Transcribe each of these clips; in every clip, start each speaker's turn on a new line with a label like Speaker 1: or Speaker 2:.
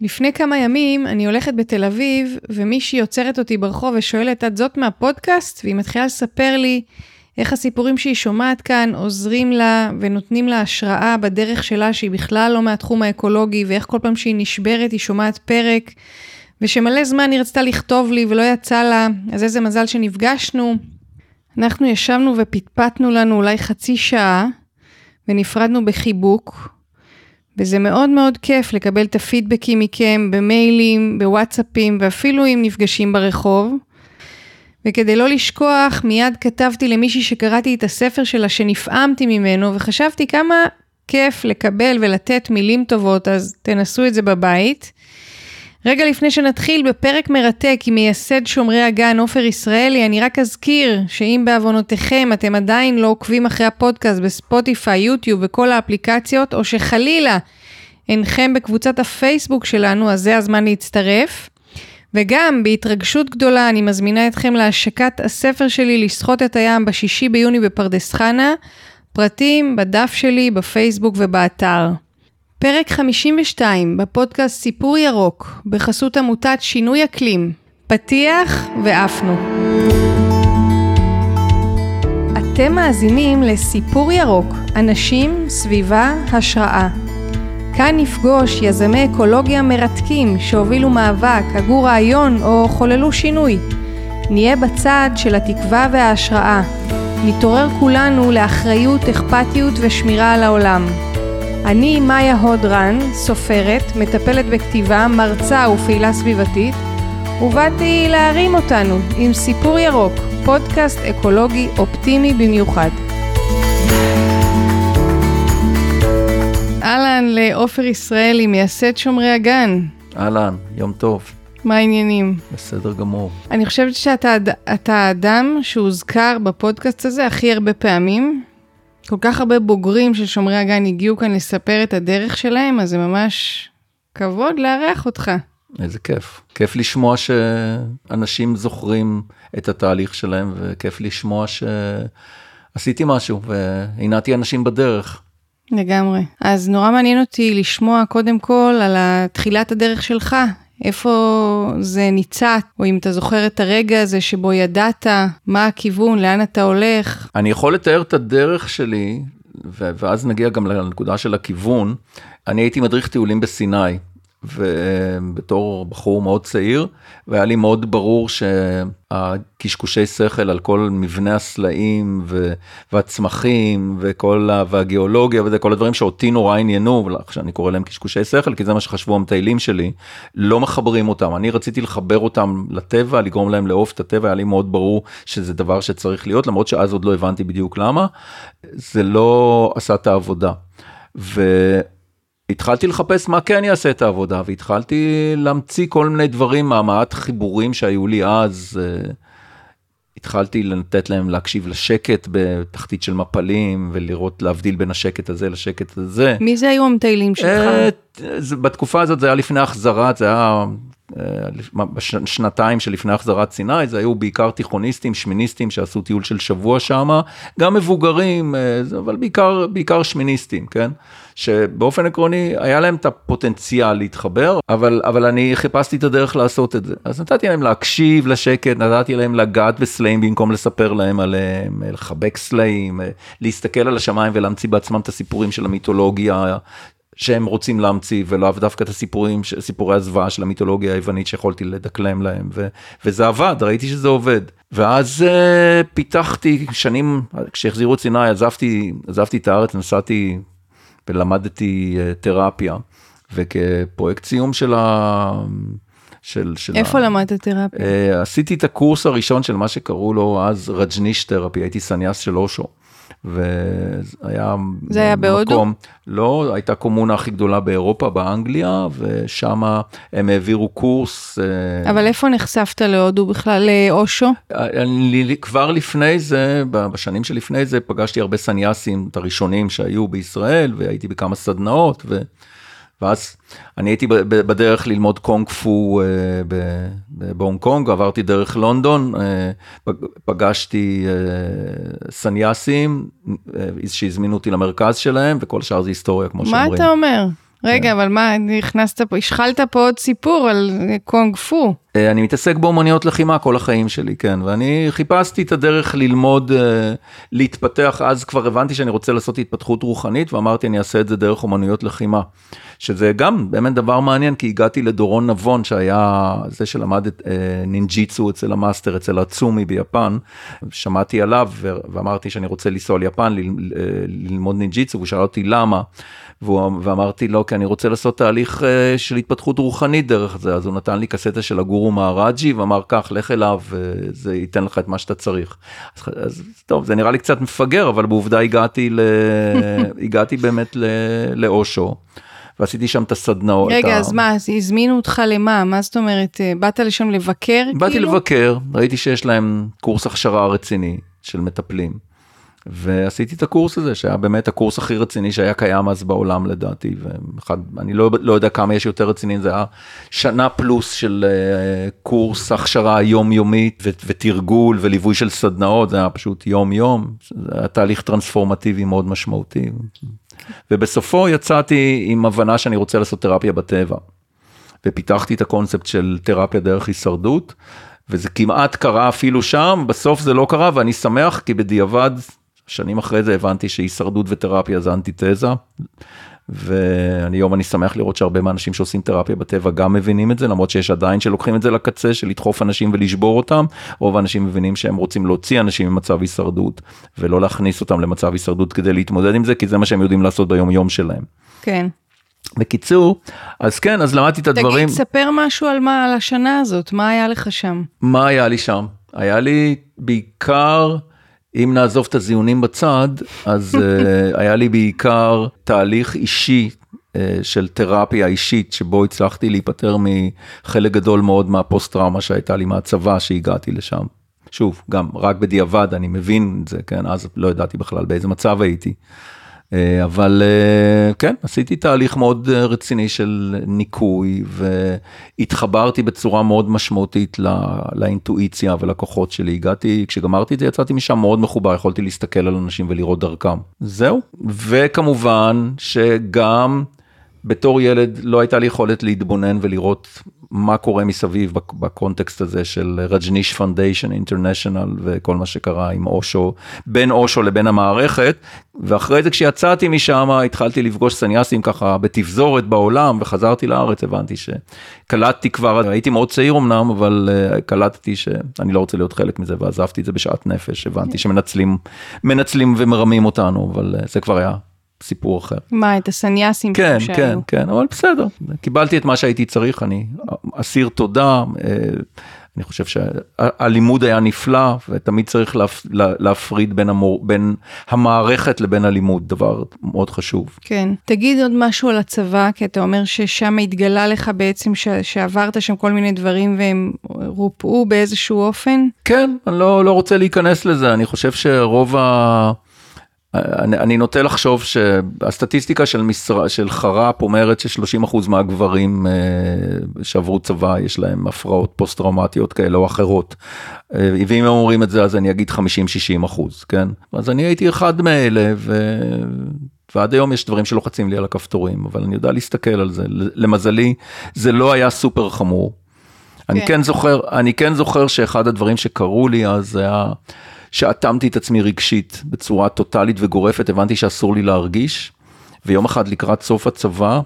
Speaker 1: לפני כמה ימים אני הולכת בתל אביב, ומישהי יוצרת אותי ברחוב ושואלת, את זאת מהפודקאסט? והיא מתחילה לספר לי איך הסיפורים שהיא שומעת כאן עוזרים לה ונותנים לה השראה בדרך שלה, שהיא בכלל לא מהתחום האקולוגי, ואיך כל פעם שהיא נשברת היא שומעת פרק, ושמלא זמן היא רצתה לכתוב לי ולא יצא לה, אז איזה מזל שנפגשנו. אנחנו ישבנו ופטפטנו לנו אולי חצי שעה, ונפרדנו בחיבוק, וזה מאוד מאוד כיף לקבל את הפידבקים מכם, במיילים, בוואטסאפים, ואפילו אם נפגשים ברחוב. וכדי לא לשכוח, מיד כתבתי למישהי שקראתי את הספר שלה שנפעמתי ממנו, וחשבתי כמה כיף לקבל ולתת מילים טובות, אז תנסו את זה בבית. רגע לפני שנתחיל בפרק מרתק עם מייסד שומרי הגן עופר ישראלי, אני רק אזכיר שאם בעוונותיכם אתם עדיין לא עוקבים אחרי הפודקאסט בספוטיפיי, יוטיוב וכל האפליקציות, או שחלילה אינכם בקבוצת הפייסבוק שלנו, אז זה הזמן להצטרף. וגם בהתרגשות גדולה אני מזמינה אתכם להשקת הספר שלי לשחות את הים ב6 ביוני בפרדס חנה, פרטים בדף שלי בפייסבוק ובאתר. פרק 52 בפודקאסט סיפור ירוק, בחסות עמותת שינוי אקלים, פתיח ואפנו. אתם מאזינים לסיפור ירוק, אנשים, סביבה, השראה. כאן נפגוש יזמי אקולוגיה מרתקים שהובילו מאבק, הגו רעיון או חוללו שינוי. נהיה בצד של התקווה וההשראה. נתעורר כולנו לאחריות, אכפתיות ושמירה על העולם. אני מאיה הודרן, סופרת, מטפלת בכתיבה, מרצה ופעילה סביבתית, ובאתי להרים אותנו עם סיפור ירוק, פודקאסט אקולוגי אופטימי במיוחד. אהלן לעופר ישראלי, מייסד שומרי הגן.
Speaker 2: אהלן, יום טוב.
Speaker 1: מה העניינים?
Speaker 2: בסדר גמור.
Speaker 1: אני חושבת שאתה האדם שהוזכר בפודקאסט הזה הכי הרבה פעמים. כל כך הרבה בוגרים של שומרי הגן הגיעו כאן לספר את הדרך שלהם, אז זה ממש כבוד לארח אותך.
Speaker 2: איזה כיף. כיף לשמוע שאנשים זוכרים את התהליך שלהם, וכיף לשמוע שעשיתי משהו, והנעתי אנשים בדרך.
Speaker 1: לגמרי. אז נורא מעניין אותי לשמוע קודם כל על תחילת הדרך שלך. איפה זה ניצת, או אם אתה זוכר את הרגע הזה שבו ידעת, מה הכיוון, לאן אתה הולך.
Speaker 2: אני יכול לתאר את הדרך שלי, ואז נגיע גם לנקודה של הכיוון. אני הייתי מדריך טיולים בסיני, ובתור בחור מאוד צעיר, והיה לי מאוד ברור שהקשקושי שכל על כל מבנה הסלעים והצמחים והגיאולוגיה וכל הדברים שאותי נורא עניינו, שאני קורא להם קשקושי שכל, כי זה מה שחשבו המטיילים שלי, לא מחברים אותם. אני רציתי לחבר אותם לטבע, לגרום להם לאהוב את הטבע, היה לי מאוד ברור שזה דבר שצריך להיות, למרות שאז עוד לא הבנתי בדיוק למה, זה לא עשה את העבודה. התחלתי לחפש מה כן יעשה את העבודה, והתחלתי להמציא כל מיני דברים, מהמעט חיבורים שהיו לי אז, התחלתי לתת להם להקשיב לשקט בתחתית של מפלים, ולראות להבדיל בין השקט הזה לשקט הזה.
Speaker 1: מי זה היו המטיילים שלך?
Speaker 2: בתקופה הזאת זה היה לפני החזרת, זה היה בשנתיים שלפני החזרת סיני, זה היו בעיקר תיכוניסטים, שמיניסטים שעשו טיול של שבוע שם, גם מבוגרים, אבל בעיקר שמיניסטים, כן? שבאופן עקרוני היה להם את הפוטנציאל להתחבר, אבל אני חיפשתי את הדרך לעשות את זה. אז נתתי להם להקשיב לשקט, נתתי להם לגעת בסלעים במקום לספר להם עליהם, לחבק סלעים, להסתכל על השמיים ולהמציא בעצמם את הסיפורים של המיתולוגיה, שהם רוצים להמציא, ולא דווקא את סיפורי הזוועה של המיתולוגיה היוונית שיכולתי לדקלם להם, וזה עבד, ראיתי שזה עובד. ואז פיתחתי שנים, כשהחזירו את סיני, עזבתי את הארץ, נסעתי ולמדתי תרפיה, וכפרויקט סיום
Speaker 1: איפה למדת תרפיה?
Speaker 2: עשיתי את הקורס הראשון של מה שקראו לו אז רג'ניש תרפי, הייתי סניאס של אושו. והיה
Speaker 1: זה היה בהודו?
Speaker 2: לא, הייתה קומונה הכי גדולה באירופה, באנגליה, ושם הם העבירו קורס.
Speaker 1: אבל איפה נחשפת להודו בכלל, לאושו?
Speaker 2: כבר לפני זה, בשנים שלפני זה, פגשתי הרבה סניאסים, את הראשונים שהיו בישראל, והייתי בכמה סדנאות, ואז אני הייתי בדרך ללמוד קונג פו בהונג קונג, עברתי דרך לונדון, פגשתי סניאסים שהזמינו אותי למרכז שלהם, וכל שאר זה היסטוריה כמו שאומרים.
Speaker 1: מה אתה אומר? רגע, אבל מה, נכנסת פה, השחלת פה עוד סיפור על קונג פו.
Speaker 2: אני מתעסק באומניות לחימה כל החיים שלי, כן, ואני חיפשתי את הדרך ללמוד, להתפתח, אז כבר הבנתי שאני רוצה לעשות התפתחות רוחנית, ואמרתי אני אעשה את זה דרך אומנויות לחימה, שזה גם באמת דבר מעניין, כי הגעתי לדורון נבון, שהיה זה שלמד את נינג'יצו אצל המאסטר, אצל הצומי ביפן, שמעתי עליו, ואמרתי שאני רוצה לנסוע ליפן, ללמוד נינג'יצו, והוא שאל אותי למה, ואמרתי לו, כי אני רוצה לעשות תהליך של התפתחות רוחנית דרך זה, אז הוא נתן לי קסטה של הגורו מהראג'י, ואמר כך, לך אליו, זה ייתן לך את מה שאתה צריך. אז טוב, זה נראה לי קצת מפגר, אבל בעובדה הגעתי באמת לאושו, ועשיתי שם את הסדנאות.
Speaker 1: רגע, אז מה, הזמינו אותך למה? מה זאת אומרת, באת לשם לבקר?
Speaker 2: באתי לבקר, ראיתי שיש להם קורס הכשרה רציני של מטפלים. ועשיתי את הקורס הזה, שהיה באמת הקורס הכי רציני שהיה קיים אז בעולם לדעתי, ואני לא יודע כמה יש יותר רציני, זה היה שנה פלוס של קורס הכשרה יומיומית, ותרגול וליווי של סדנאות, זה היה פשוט יום-יום, זה היה תהליך טרנספורמטיבי מאוד משמעותי, ובסופו יצאתי עם הבנה שאני רוצה לעשות תרפיה בטבע, ופיתחתי את הקונספט של תרפיה דרך הישרדות, וזה כמעט קרה אפילו שם, בסוף זה לא קרה, ואני שמח כי בדיעבד, שנים אחרי זה הבנתי שהישרדות ותרפיה זה אנטיתזה, והיום אני שמח לראות שהרבה מהאנשים שעושים תרפיה בטבע גם מבינים את זה, למרות שיש עדיין שלוקחים את זה לקצה, של לדחוף אנשים ולשבור אותם, רוב האנשים מבינים שהם רוצים להוציא אנשים ממצב הישרדות, ולא להכניס אותם למצב הישרדות כדי להתמודד עם זה, כי זה מה שהם יודעים לעשות ביום יום שלהם.
Speaker 1: כן.
Speaker 2: בקיצור, אז כן, אז למדתי את הדברים.
Speaker 1: תגיד, ספר משהו על השנה הזאת, מה היה לך שם?
Speaker 2: מה היה לי שם? היה לי בעיקר, אם נעזוב את הזיונים בצד, אז היה לי בעיקר תהליך אישי של תרפיה אישית, שבו הצלחתי להיפטר מחלק גדול מאוד מהפוסט-טראומה שהייתה לי מהצבא שהגעתי לשם. שוב, גם רק בדיעבד אני מבין את זה, כן? אז לא ידעתי בכלל באיזה מצב הייתי. אבל כן, עשיתי תהליך מאוד רציני של ניקוי, והתחברתי בצורה מאוד משמעותית לאינטואיציה ולכוחות שלי. כשגמרתי את זה, יצאתי משם מאוד מחובר, יכולתי להסתכל על אנשים ולראות דרכם. זהו. וכמובן שגם בתור ילד לא הייתה לי יכולת להתבונן ולראות מה קורה מסביב בקונטקסט הזה של רג'ניש פונדיישן אינטרנשיונל וכל מה שקרה עם אושו, בין אושו לבין המערכת, ואחרי זה כשיצאתי משם התחלתי לפגוש סניאסים ככה בתפזורת בעולם, וחזרתי לארץ, הבנתי שקלטתי כבר, הייתי מאוד צעיר אמנם, אבל קלטתי שאני לא רוצה להיות חלק מזה, ועזבתי את זה בשעת נפש, הבנתי שמנצלים ומרמים אותנו, אבל זה כבר היה סיפור אחר.
Speaker 1: מה, את הסניאסים?
Speaker 2: כן, כן, כן, אבל בסדר. קיבלתי את מה שהייתי צריך, אני אסיר תודה, אני חושב שהלימוד היה נפלא, ותמיד צריך להפריד בין המערכת לבין הלימוד, דבר מאוד חשוב.
Speaker 1: כן. תגיד עוד משהו על הצבא, כי אתה אומר ששם התגלה לך בעצם שעברת שם כל מיני דברים, והם רופאו באיזשהו אופן? כן,
Speaker 2: אני לא רוצה להיכנס לזה, אני חושב שרוב אני נוטה לחשוב שהסטטיסטיקה של חר"פ אומרת ש30% מהגברים שעברו צבא יש להם הפרעות פוסט-טראומטיות כאלה או אחרות. ואם הם אומרים את זה אז אני אגיד 50-60%, כן? אז אני הייתי אחד מאלה ועד היום יש דברים שלוחצים לי על הכפתורים, אבל אני יודע להסתכל על זה. למזלי זה לא היה סופר חמור. אני כן זוכר שאחד הדברים שקרו לי אז היה שעתמתי את עצמי רגשית בצורה טוטלית וגורפת, הבנתי שאסור לי להרגיש, ויום אחד לקראת סוף הצבא,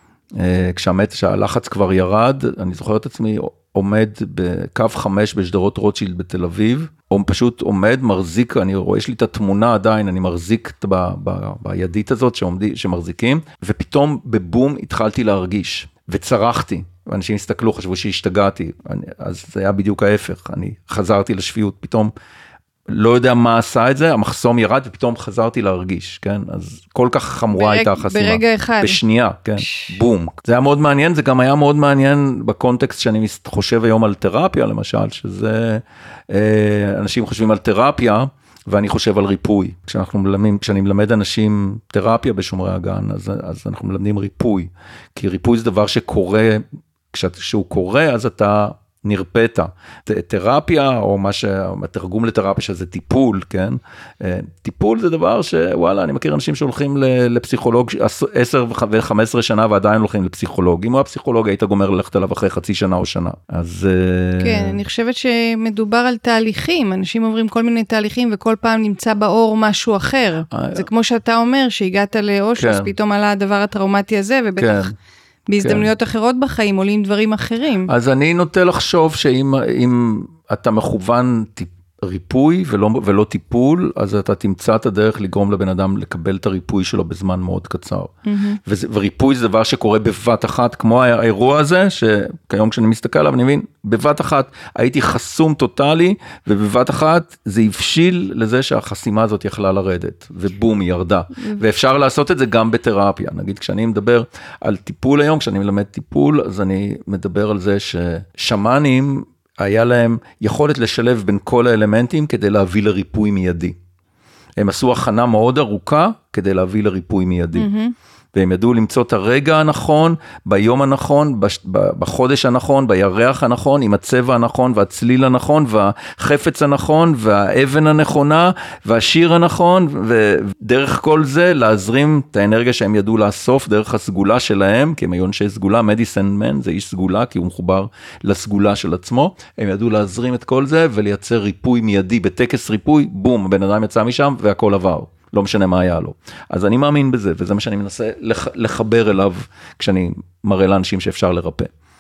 Speaker 2: כשהלחץ כבר ירד, אני זוכר את עצמי עומד בקו 5 בשדרות רוטשילד בתל אביב, פשוט עומד, מחזיק, אני רואה, יש לי את התמונה עדיין, אני מחזיק בידית הזאת שמחזיקים, ופתאום בבום התחלתי להרגיש, וצרחתי, ואנשים הסתכלו, חשבו שהשתגעתי, אז זה היה בדיוק ההפך, אני חזרתי לשפיות, פתאום לא יודע מה עשה את זה, המחסום ירד ופתאום חזרתי להרגיש, כן? אז כל כך חמורה הייתה החסימה.
Speaker 1: ברגע אחד.
Speaker 2: בשנייה, כן, בום. זה היה מאוד מעניין, זה גם היה מאוד מעניין בקונטקסט שאני חושב היום על תרפיה, למשל, שזה, אנשים חושבים על תרפיה, ואני חושב על ריפוי. כשאני מלמד אנשים תרפיה בשומרי הגן, אז אנחנו מלמדים ריפוי, כי ריפוי זה דבר שקורה, כשהוא קורה, אז אתה נרפאת. תרפיה, או מה שהתרגום לתרפיה שזה טיפול, כן? טיפול זה דבר שוואלה, אני מכיר אנשים שהולכים לפסיכולוג 10 ו-15 שנה ועדיין הולכים לפסיכולוג. אם הוא הפסיכולוג, היית גומר ללכת עליו אחרי חצי שנה או שנה. אז...
Speaker 1: כן, אני חושבת שמדובר על תהליכים. אנשים עוברים כל מיני תהליכים וכל פעם נמצא באור משהו אחר. זה כמו שאתה אומר, שהגעת לאושו, אז פתאום עלה הדבר הטראומטי הזה, ובטח... בהזדמנויות אחרות בחיים עולים דברים אחרים.
Speaker 2: אז אני נוטה לחשוב שאם אתה מכוון ריפוי ולא טיפול, אז אתה תמצא את הדרך לגרום לבן אדם לקבל את הריפוי שלו בזמן מאוד קצר. וריפוי זה דבר שקורה בבת אחת, כמו האירוע הזה, שכיום כשאני מסתכל עליו, אני מבין, בבת אחת הייתי חסום טוטלי, ובבת אחת זה הבשיל לזה שהחסימה הזאת יכלה לרדת, ובום, היא ירדה. ואפשר לעשות את זה גם בתרפיה. נגיד, כשאני מדבר על טיפול היום, כשאני מלמד טיפול, אז אני מדבר על זה ששמנים, היה להם יכולת לשלב בין כל האלמנטים כדי להביא לריפוי מיידי. הם עשו הכנה מאוד ארוכה כדי להביא לריפוי מיידי. והם ידעו למצוא את הרגע הנכון, ביום הנכון, בחודש הנכון, בירח הנכון, עם הצבע הנכון, והצליל הנכון, והחפץ הנכון, והאבן הנכונה, והשיר הנכון, ודרך כל זה להזרים את האנרגיה שהם ידעו לאסוף, דרך הסגולה שלהם, כי הם היו אנשי סגולה, מדיסן מן, זה איש סגולה, כי הוא מחובר לסגולה של עצמו, הם ידעו להזרים את כל זה, ולייצר ריפוי מיידי, בטקס ריפוי, בום, הבן אדם יצא משם, והכל עבר. לא משנה מה היה לו. אז אני מאמין בזה, וזה מה שאני מנסה לחבר אליו, כשאני מראה לאנשים שאפשר לרפא.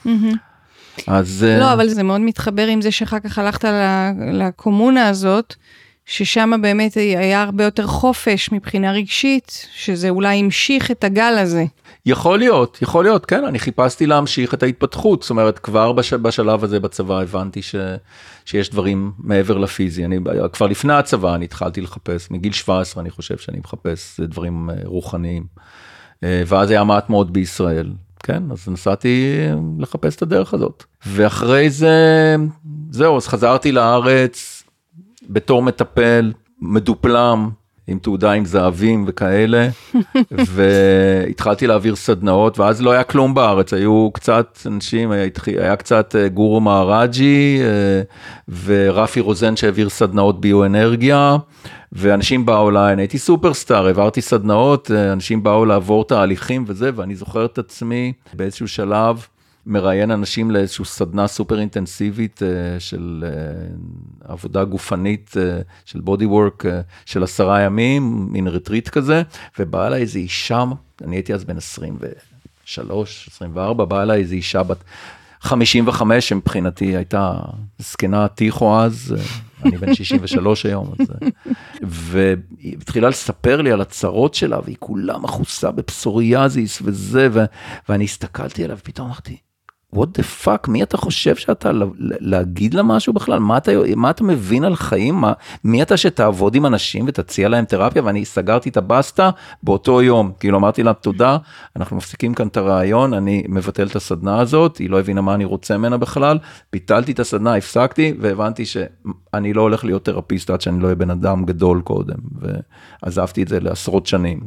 Speaker 2: אז...
Speaker 1: לא, אבל זה מאוד מתחבר עם זה שאחר כך הלכת לקומונה הזאת, ששם באמת היה הרבה יותר חופש מבחינה רגשית, שזה אולי המשיך את הגל הזה.
Speaker 2: יכול להיות, כן, אני חיפשתי להמשיך את ההתפתחות, זאת אומרת, כבר בשלב הזה בצבא הבנתי שיש דברים מעבר לפיזי, כבר לפני הצבא אני התחלתי לחפש, מגיל 17 אני חושב שאני מחפש דברים רוחניים, ואז היה מעט מאוד בישראל, כן, אז נסעתי לחפש את הדרך הזאת, ואחרי זה, זהו, אז חזרתי לארץ, בתור מטפל, מדופלם, עם תעודה עם זהבים וכאלה, והתחלתי להעביר סדנאות, ואז לא היה כלום בארץ, היו קצת אנשים, היה קצת גורו מהראג'י, ורפי רוזן שהעביר סדנאות ביואנרגיה, ואנשים באו אליי, אני הייתי סופרסטאר, העברתי סדנאות, אנשים באו לעבור תהליכים וזה, ואני זוכר את עצמי באיזשהו שלב, מראיין אנשים לאיזושהי סדנה סופר אינטנסיבית של עבודה גופנית, של בודי וורק, של 10 ימים, מין רטריט כזה, ובאה לה איזו אישה, אני הייתי אז בן 23, 24, באה לה איזו אישה בת 55, שמבחינתי הייתה זקנה טיחו אז, אני בן 63 היום, והתחילה לספר לי על הצרות שלה, והיא כולה מחוסה בפסוריאזיס וזה, ואני הסתכלתי עליו, ופתאום אמרתי, what the fuck, מי אתה חושב שאתה להגיד לה משהו בכלל? מה אתה מבין על חיים? מי אתה שתעבוד עם אנשים ותציע להם תרפיה? ואני סגרתי את הבסטה באותו יום, כאילו אמרתי לה, תודה, אנחנו מפסיקים כאן את הרעיון, אני מבטל את הסדנה הזאת, היא לא הבינה מה אני רוצה ממנה בכלל, ביטלתי את הסדנה, הפסקתי, והבנתי שאני לא הולך להיות תרפיסט עד שאני לא אהיה בן אדם גדול קודם, ועזבתי את זה לעשרות שנים.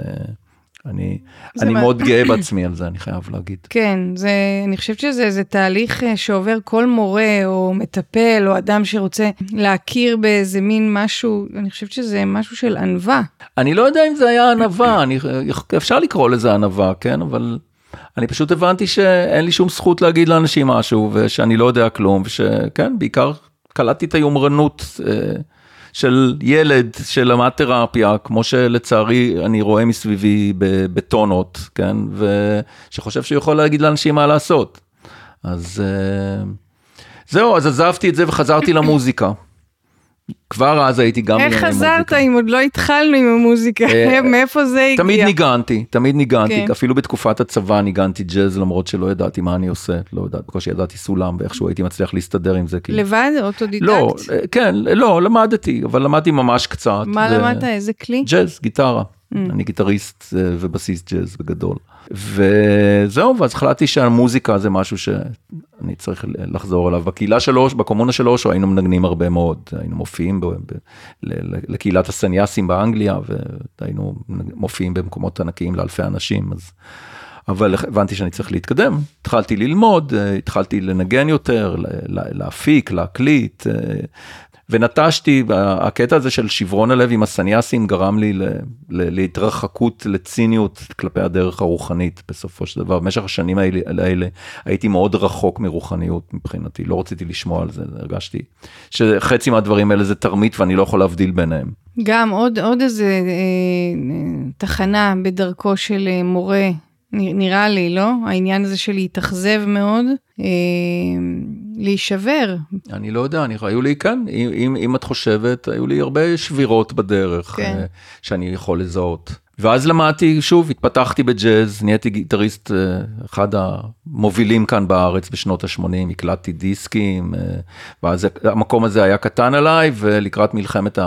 Speaker 2: אני מאוד גאה בעצמי על זה, אני חייב להגיד.
Speaker 1: כן, אני חושבת שזה תהליך שעובר כל מורה או מטפל או אדם שרוצה להכיר באיזה מין משהו, אני חושבת שזה משהו של ענווה.
Speaker 2: אני לא יודע אם זה היה ענווה, אפשר לקרוא לזה ענווה, כן, אבל אני פשוט הבנתי שאין לי שום זכות להגיד לאנשים משהו, ושאני לא יודע כלום, ושכן, בעיקר קלטתי את היומרנות של ילד שלמד תרפיה, כמו שלצערי אני רואה מסביבי בטונות, כן, ושחושב שהוא יכול להגיד לאנשים מה לעשות. אז זהו, אז עזבתי את זה וחזרתי למוזיקה. כבר אז הייתי גם
Speaker 1: איך חזרת אם עוד לא התחלנו עם המוזיקה? מאיפה זה הגיע?
Speaker 2: תמיד ניגנתי, אפילו בתקופת הצבא ניגנתי ג'אז, למרות שלא ידעתי מה אני עושה, לא ידעתי, בקושי ידעתי סולם, ואיכשהו הייתי מצליח להסתדר עם זה.
Speaker 1: לבד? אוטודידקט?
Speaker 2: לא, כן, לא, למדתי, אבל למדתי ממש קצת.
Speaker 1: מה למדת? איזה כלי?
Speaker 2: ג'אז, גיטרה. אני גיטריסט ובסיסט ג'אז בגדול. וזהו, ואז החלטתי שהמוזיקה זה משהו שאני צריך לחזור אליו. בקהילה שלו, בקומונה שלו, היינו מנגנים הרבה מאוד. היינו מופיעים לקהילת הסניאסים באנגליה, והיינו מופיעים במקומות ענקיים לאלפי אנשים. אבל הבנתי שאני צריך להתקדם, התחלתי ללמוד, התחלתי לנגן יותר, להפיק, להקליט, ונטשתי, הקטע הזה של שברון הלב עם הסניאסים גרם לי להתרחקות, לציניות כלפי הדרך הרוחנית בסופו של דבר. במשך השנים האלה הייתי מאוד רחוק מרוחניות מבחינתי, לא רציתי לשמוע על זה, הרגשתי שחצי מהדברים האלה זה תרמית ואני לא יכול להבדיל ביניהם.
Speaker 1: גם עוד איזה תחנה בדרכו של מורה, נראה לי, לא? העניין הזה של להתאכזב מאוד, להישבר.
Speaker 2: אני לא יודע, היו לי כאן, אם את חושבת, היו לי הרבה שבירות בדרך, כן. שאני יכול לזהות. ואז למדתי, שוב, התפתחתי בג'אז, נהייתי גיטריסט, אחד המובילים כאן בארץ בשנות ה-80, הקלטתי דיסקים, ואז המקום הזה היה קטן עליי, ולקראת מלחמת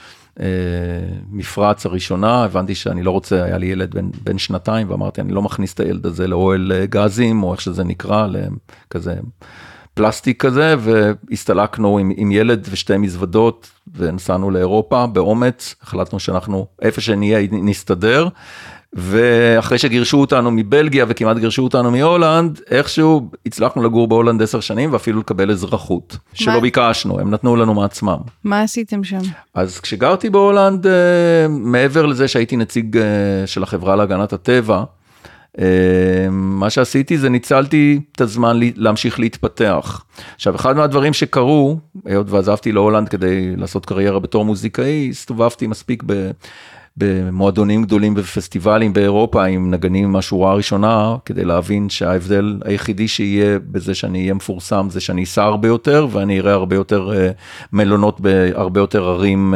Speaker 2: מפרץ הראשונה, הבנתי שאני לא רוצה, היה לי ילד בן שנתיים, ואמרתי, אני לא מכניס את הילד הזה לאוהל גזים, או איך שזה נקרא, כזה פלסטיק כזה, והסתלקנו עם ילד ושתי מזוודות, ונסענו לאירופה באומץ, החלטנו שאנחנו, איפה שנהיה, נסתדר, ואחרי שגירשו אותנו מבלגיה, וכמעט גירשו אותנו מהולנד, איכשהו הצלחנו לגור בהולנד 10 שנים, ואפילו לקבל אזרחות, שלא ביקשנו, הם נתנו לנו מעצמם.
Speaker 1: מה עשיתם שם?
Speaker 2: אז כשגרתי בהולנד, מעבר לזה שהייתי נציג של החברה להגנת הטבע, מה שעשיתי זה ניצלתי את הזמן להמשיך להתפתח. עכשיו, אחד מהדברים שקרו, היות ועזבתי להולנד כדי לעשות קריירה בתור מוזיקאי, הסתובבתי מספיק במועדונים גדולים בפסטיבלים באירופה, עם נגנים מהשורה הראשונה, כדי להבין שההבדל היחידי שיהיה בזה שאני אהיה מפורסם, זה שאני אסע הרבה יותר, ואני אראה הרבה יותר מלונות, בהרבה יותר ערים,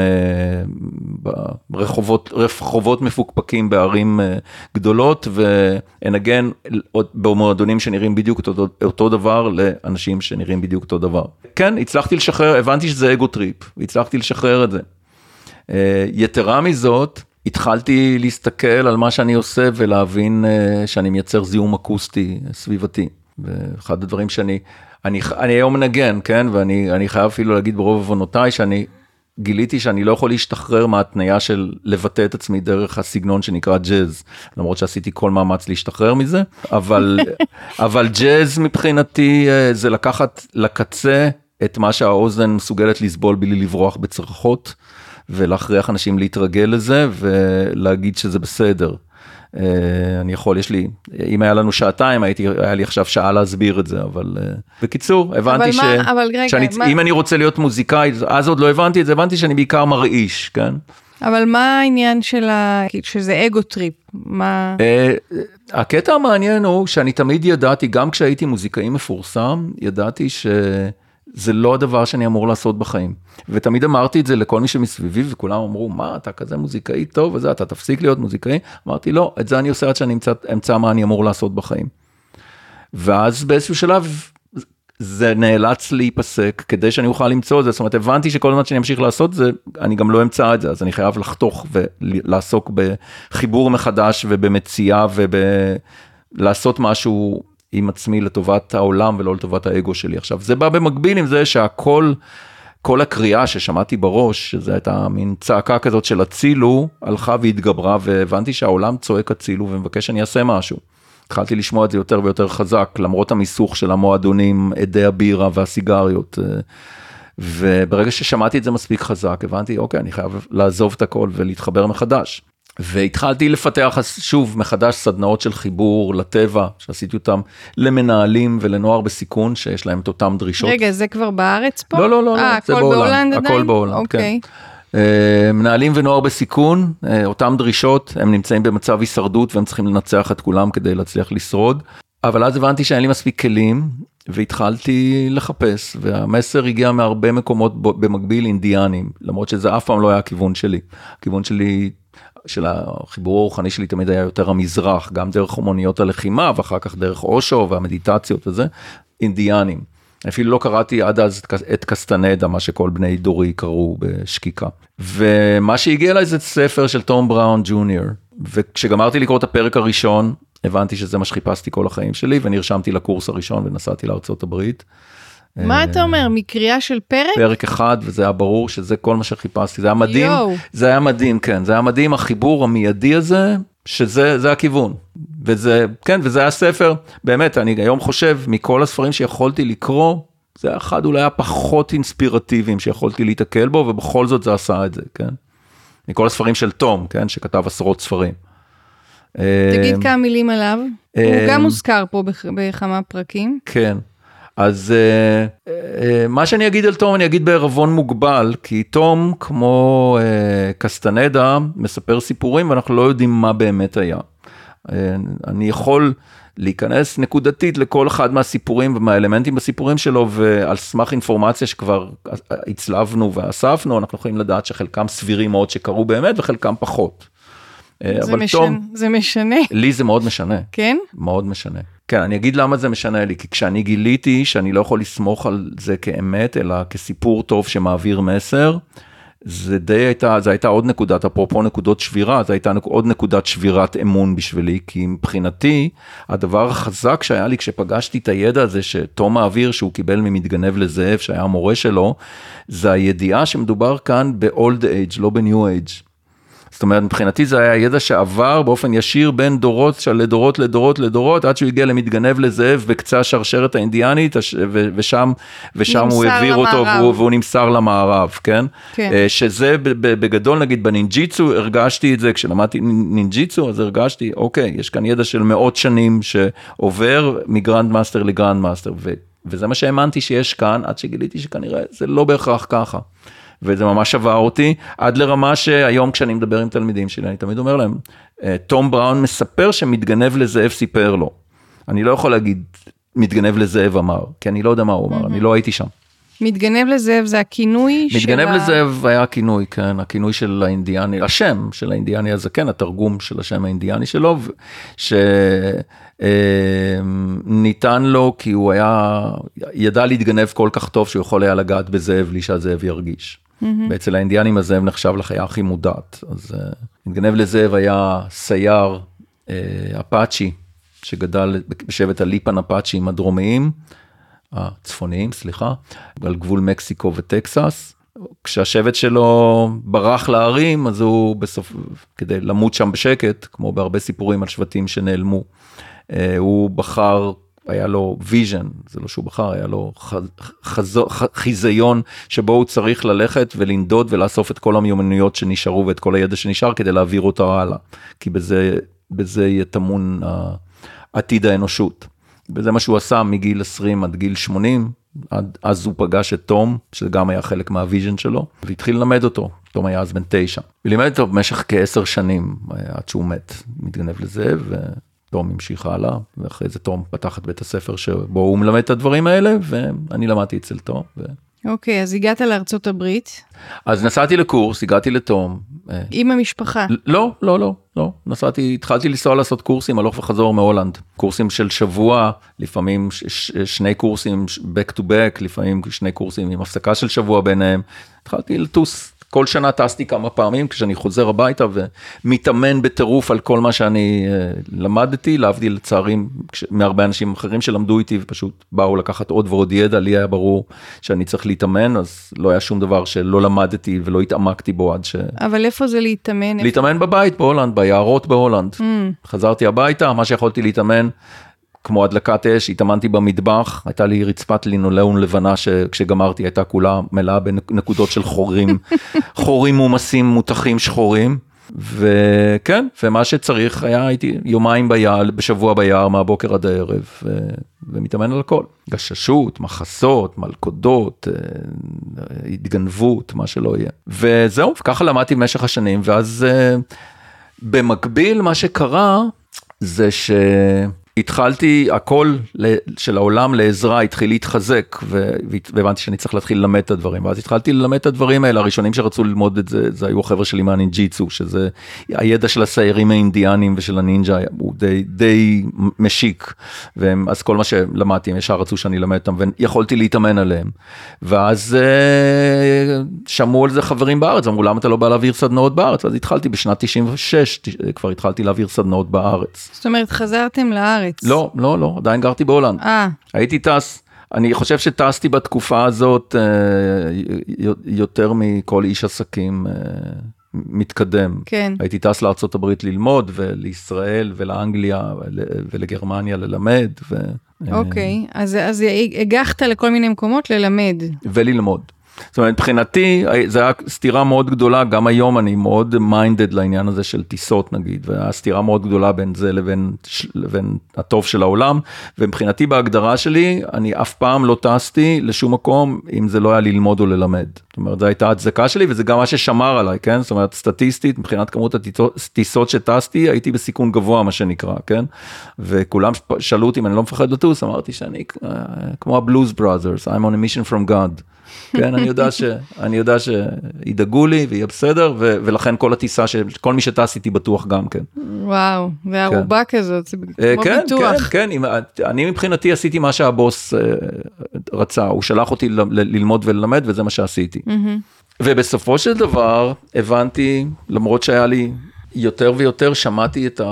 Speaker 2: רחובות מפוקפקים בערים גדולות, ואנגן במועדונים שנראים בדיוק אותו דבר, לאנשים שנראים בדיוק אותו דבר. כן, הצלחתי לשחרר, הבנתי שזה אגו טריפ, והצלחתי לשחרר את זה. יתרה מזאת, התחלתי להסתכל על מה שאני עושה ולהבין שאני מייצר זיהום אקוסטי סביבתי. ואחד הדברים שאני היום מנגן, כן? ואני חייב אפילו להגיד ברוב הבנותיי שאני גיליתי שאני לא יכול להשתחרר מהתניה של לבטא את עצמי דרך הסגנון שנקרא ג'אז, למרות שעשיתי כל מאמץ להשתחרר מזה, אבל ג'אז מבחינתי זה לקחת לקצה את מה שהאוזן מסוגלת לסבול בלי לברוח בצרחות, ולהכריח אנשים להתרגל לזה, ולהגיד שזה בסדר. אני יכול, אם היה לנו שעתיים, היה לי עכשיו שעה להסביר את זה, אבל בקיצור, הבנתי אם אני רוצה להיות מוזיקאי, אז עוד לא הבנתי את זה, הבנתי שאני בעיקר מרעיש, כן?
Speaker 1: אבל מה העניין שזה אגו טריפ?
Speaker 2: הקטע המעניין הוא שאני תמיד ידעתי, גם כשהייתי מוזיקאי מפורסם, ידעתי זה לא הדבר שאני אמור לעשות בחיים. ותמיד אמרתי את זה לכל מי שמסביבי, וכולם אמרו, מה, אתה כזה מוזיקאי טוב, וזה, אתה תפסיק להיות מוזיקאי. אמרתי, לא, את זה אני עושה עד שאני אמצא מה אני אמור לעשות בחיים. ואז באיזשהו שלב, זה נאלץ להיפסק, כדי שאני אוכל למצוא את זה. זאת אומרת, הבנתי שכל הזמן שאני אמשיך לעשות זה, אני גם לא אמצא את זה, אז אני חייב לחתוך ולעסוק בחיבור מחדש, ובמציאה, ולעשות משהו עם עצמי לטובת העולם ולא לטובת האגו שלי. עכשיו, זה בא במקביל עם זה שהכל, כל הקריאה ששמעתי בראש, שזה הייתה מין צעקה כזאת של הצילו, הלכה והתגברה, והבנתי שהעולם צועק הצילו ומבקש שאני אעשה משהו. התחלתי לשמוע את זה יותר ויותר חזק, למרות המיסוך של המועדונים, עדי הבירה והסיגריות. וברגע ששמעתי את זה מספיק חזק, הבנתי, אוקיי, אני חייב לעזוב את הכל ולהתחבר מחדש. והתחלתי לפתח שוב מחדש סדנאות של חיבור לטבע, שעשיתי אותם למנהלים ולנוער בסיכון, שיש להם את אותם דרישות.
Speaker 1: רגע, זה כבר בארץ פה?
Speaker 2: לא, זה בהולנד, הכל בהולנד,
Speaker 1: אוקיי.
Speaker 2: כן. מנהלים ונוער בסיכון, אותם דרישות, הם נמצאים במצב הישרדות, והם צריכים לנצח את כולם כדי להצליח לשרוד, אבל אז הבנתי שאין לי מספיק כלים, והתחלתי לחפש, והמסר הגיע מהרבה מקומות במקביל אינדיאנים, למרות שזה אף פעם לא היה הכיוון שלי. הכיוון שלי, של החיבור הרוחני שלי תמיד היה יותר המזרח, גם דרך אומנויות הלחימה, ואחר כך דרך אושו והמדיטציות וזה, אינדיאנים. אפילו לא קראתי עד אז את קסטנדה, מה שכל בני דורי קראו בשקיקה. ומה שהגיע אליי זה ספר של תום בראון ג'וניור, וכשגמרתי לקרוא את הפרק הראשון, הבנתי שזה מה שחיפשתי כל החיים שלי, ונרשמתי לקורס הראשון ונסעתי לארצות הברית.
Speaker 1: מה אתה אומר, מקריאה של פרק?
Speaker 2: פרק אחד, וזה היה ברור שזה כל מה שחיפשתי, זה היה מדהים, זה היה מדהים, כן, זה היה מדהים, החיבור המיידי הזה, שזה הכיוון, וזה, כן, וזה הספר, באמת, אני היום חושב, מכל הספרים שיכולתי לקרוא, זה אחד אולי הפחות אינספירטיביים שיכולתי להתקל בו, ובכל זאת זה עשה את זה, כן? מכל הספרים של תום, כן, שכתב עשרות ספרים.
Speaker 1: תגיד כמה מילים עליו, הוא גם מוזכר פה בכמה פרקים.
Speaker 2: כן, אז מה שאני אגיד על תום, אני אגיד בערבון מוגבל, כי תום, כמו קסטנדה, מספר סיפורים, ואנחנו לא יודעים מה באמת היה. אני יכול להיכנס נקודתית לכל אחד מהסיפורים ומהאלמנטים בסיפורים שלו, ועל סמך אינפורמציה שכבר הצלבנו ואספנו, אנחנו יכולים לדעת שחלקם סבירים מאוד שקרו באמת, וחלקם פחות.
Speaker 1: זה משנה.
Speaker 2: לי זה מאוד משנה.
Speaker 1: כן?
Speaker 2: מאוד משנה. כן, אני אגיד למה זה משנה לי, כי כשאני גיליתי שאני לא יכול לסמוך על זה כאמת, אלא כסיפור טוב שמעביר מסר, זה הייתה עוד נקודת, אפרופו נקודות שבירה, זה הייתה עוד נקודת שבירת אמון בשבילי, כי מבחינתי, הדבר החזק שהיה לי כשפגשתי את הידע הזה, שתום מעביר שהוא קיבל ממתגנב לזאב, שהיה המורה שלו, זה הידיעה שמדובר כאן ב-old age, לא ב-new age. זאת אומרת, מבחינתי זה היה ידע שעבר באופן ישיר בין דורות, לדורות, לדורות, לדורות, עד שהוא הגיע למתגנב לזאב בקצה השרשרת האינדיאנית, ושם הוא העביר אותו, והוא נמסר למערב, כן?
Speaker 1: כן.
Speaker 2: שזה בגדול, נגיד, בנינג'יצו, הרגשתי את זה, כשלמדתי נינג'יצו, אז הרגשתי, אוקיי, יש כאן ידע של מאות שנים, שעובר מגרנד מאסטר לגרנד מאסטר, וזה מה שהאמנתי שיש כאן, עד שגיליתי שכנראה זה לא בהכרח ככה. וזה ממש עבר אותי, עד לרמה שהיום כשאני מדבר עם תלמידים שלי, אני תמיד אומר להם, תום בראון מספר שמתגנב לזאב סיפר לו. אני לא יכול להגיד, מתגנב לזאב אמר, כי אני לא יודע מה הוא אמר, אני לא הייתי שם.
Speaker 1: מתגנב לזאב זה הכינוי של...
Speaker 2: מתגנב לזאב היה הכינוי, כן, הכינוי של האינדיאני, השם של האינדיאני הזה, כן, התרגום של השם האינדיאני שלו, שניתן לו כי הוא ידע להתגנב כל כך טוב, שהוא יכול היה לגעת בזאב, בלי שהזאב ירגיש. ואצל האינדיאנים הזאב נחשב לחיה הכי מודעת, אז מתגנב לזאב היה סייר אפאצ'י, שגדל בשבט הליפן אפאצ'ים הדרומיים, הצפוניים, סליחה, על גבול מקסיקו וטקסס. כשהשבט שלו ברח לערים, אז הוא בסוף, כדי למות שם בשקט, כמו בהרבה סיפורים על שבטים שנעלמו, הוא בחר, היה לו ויז'ן, זה לא שהוא בחר, היה לו חיזיון, שבו הוא צריך ללכת ולנדוד ולאסוף את כל המיומנויות שנשארו, ואת כל הידע שנשאר, כדי להעביר אותו הלאה, כי בזה יתמון עתיד האנושות. וזה מה שהוא עשה מגיל 20 עד גיל 80, אז הוא פגש את תום, שגם היה חלק מהוויז'ן שלו, והתחיל ללמד אותו, תום היה אז בן 9, ולימד אותו במשך כ10 שנים, עד שהוא מת, מתגנב לזאב, ותום המשיך הלאה, ואחרי זה תום פתח את בית הספר שבו הוא מלמד את הדברים האלה, ואני למדתי אצל תום.
Speaker 1: אוקיי, אז הגעת לארצות הברית?
Speaker 2: אז נסעתי לקורס, הגעתי לתום.
Speaker 1: עם המשפחה?
Speaker 2: לא. התחלתי לנסוע לעשות קורסים, הלוך וחזור מהולנד. קורסים של שבוע, לפעמים 2 קורסים back to back, לפעמים 2 קורסים עם הפסקה של שבוע ביניהם. התחלתי לטוס. כל שנה טסתי כמה פעמים, כשאני חוזר הביתה ומתאמן בטירוף על כל מה שאני למדתי, להבדיל לצערים מהרבה אנשים אחרים שלמדו איתי, ופשוט באו לקחת עוד ועוד ידע, לי היה ברור שאני צריך להתאמן, אז לא היה שום דבר שלא למדתי ולא התעמקתי בו עד ש...
Speaker 1: אבל איפה זה להתאמן?
Speaker 2: להתאמן בבית בהולנד, ביערות בהולנד. חזרתי הביתה, מה שיכולתי להתאמן, כמו הדלקת אש, התאמנתי במטבח, הייתה לי רצפת לינולאון לבנה, שכשגמרתי הייתה כולה מלאה בנקודות של חורים מומסים, מותחים שחורים, וכן, ומה שצריך היה, הייתי יומיים בשבוע ביער, מהבוקר עד הערב, ומתאמן על הכל, גששות, מחסות, מלכודות, התגנבות, מה שלא יהיה, וזהו, וככה למדתי במשך השנים, ואז במקביל מה שקרה, זה התחלתי, הקול של העולם לעזרה התחיל להתחזק, והבנתי שאני צריך להתחיל ללמד את הדברים, ואז התחלתי ללמד את הדברים האלה, הראשונים שרצו ללמוד את זה, זה היו החבר'ה שלי מהנינג'יצו, שזה הידע של הסיירים האינדיאנים ושל הנינג'ה, הוא די משיק, אז כל מה שלמדתי, הם ישר רצו שאני אלמד אותם, ויכולתי להתאמן עליהם, ואז שמעו על זה חברים בארץ, אמרו, למה אתה לא בא להעביר סדנאות בארץ? אז התחלתי בשנת 96, כבר התחלתי להעביר סדנאות בארץ.
Speaker 1: זאת אומרת, חזרתם לארץ?
Speaker 2: לא, עדיין גרתי בהולנד. הייתי טס, אני חושב שטסתי בתקופה הזאת יותר מכל איש עסקים מתקדם.
Speaker 1: כן.
Speaker 2: הייתי טס לארצות הברית ללמוד, ולישראל ולאנגליה ולגרמניה ללמד.
Speaker 1: אוקיי, אז הגחת לכל מיני מקומות ללמד.
Speaker 2: וללמוד. זאת אומרת, מבחינתי, זו הייתה סתירה מאוד גדולה, גם היום אני מאוד מיינדד לעניין הזה של טיסות נגיד, והייתה סתירה מאוד גדולה בין זה לבין הטוב של העולם, ומבחינתי בהגדרה שלי, אני אף פעם לא טסתי לשום מקום, אם זה לא היה ללמוד או ללמד. זאת אומרת, זו הייתה הצדקה שלי, וזה גם מה ששמר עליי, כן? זאת אומרת, סטטיסטית, מבחינת כמות הטיסות שטסתי, הייתי בסיכון גבוה, מה שנקרא, כן? וכולם שאלו אותי אם אני לא מפחד לטוס, אמרתי שאני כמו הבלוז בראזרס, I'm on a mission from God. כן, אני יודע שידאגו לי ויהיה בסדר, ולכן כל הטיסה, כל מי שטס איתי בטוח גם כן.
Speaker 1: וואו, והרובה כזאת, זה כמו ביטוח.
Speaker 2: כן, אני מבחינתי עשיתי מה שהבוס רצה, הוא שלח אותי ללמוד וללמד, וזה מה שעשיתי. ובסופו של דבר, הבנתי, למרות שהיה לי יותר ויותר, שמעתי את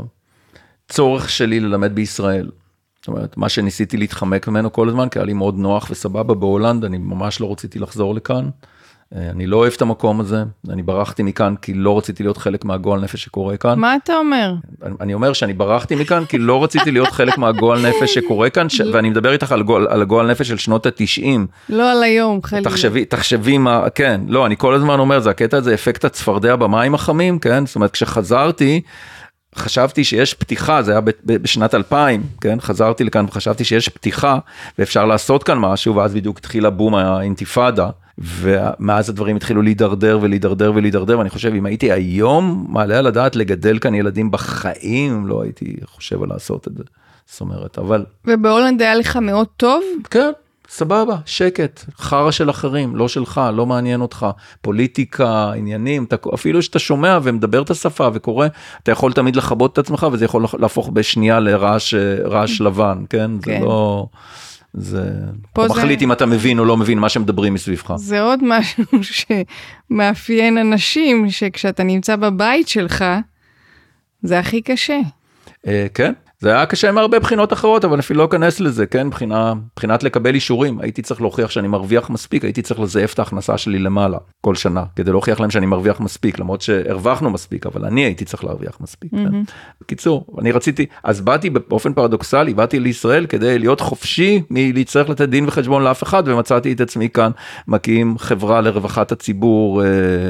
Speaker 2: הצורך שלי ללמד בישראל. זאת אומרת, מה שניסיתי להתחמק ממנו כל הזמן, כי היה לי מאוד נוח וסבבה בהולנד, אני ממש לא רציתי לחזור לכאן, אני לא אוהב את המקום הזה, אני ברחתי מכאן כי לא רציתי להיות חלק מהגועל נפש שקורה כאן.
Speaker 1: מה אתה אומר?
Speaker 2: אני אומר שאני ברחתי מכאן כי לא רציתי להיות חלק מהגועל נפש שקורה כאן, ואני מדבר איתך על הגועל נפש של שנות ה-90.
Speaker 1: לא על היום, חלילה.
Speaker 2: תחשבי מה, כן, לא, אני כל הזמן אומר, זה הקטע הזה, אפקט הצפרדע במים החמים, כן, זאת אומרת, כשחזרתי, חשבתי שיש פתיחה, זה היה בשנת 2000, כן? חזרתי לכאן וחשבתי שיש פתיחה, ואפשר לעשות כאן משהו, ואז בדיוק התחילה בום האינתיפאדה, ומאז הדברים התחילו להידרדר ולהידרדר ולהידרדר, ואני חושב, אם הייתי היום מעלה על הדעת לגדל כאן ילדים בחיים, לא הייתי חושב על לעשות את זה. זאת אומרת, אבל...
Speaker 1: ובהולנד היה לך מאוד טוב?
Speaker 2: כן. סבבה, שקט, חרה של אחרים, לא שלך, לא מעניין אותך, פוליטיקה, עניינים, אפילו שאתה שומע ומדבר את השפה וקורא, אתה יכול תמיד לחבות את עצמך, וזה יכול להפוך בשנייה לרעש לבן, כן? זה לא... אתה מחליט אם אתה מבין או לא מבין מה שמדברים מסביבך.
Speaker 1: זה עוד משהו שמאפיין אנשים, שכשאתה נמצא בבית שלך, זה הכי קשה.
Speaker 2: כן. זה היה קשה מהרבה בחינות אחרות, אבל אפילו לא אכנס לזה, כן? בחינת לקבל אישורים, הייתי צריך להוכיח שאני מרוויח מספיק, הייתי צריך לזייף את ההכנסה שלי למעלה, כל שנה, כדי להוכיח להם שאני מרוויח מספיק, למרות שהרווחנו מספיק, אבל אני הייתי צריך להרוויח מספיק. כן? בקיצור, אני רציתי, אז באתי באופן פרדוקסלי, באתי לישראל כדי להיות חופשי מלהצטרך לתת דין וחשבון לאף אחד, ומצאתי את עצמי כאן, מקים חברה לרווחת הציבור,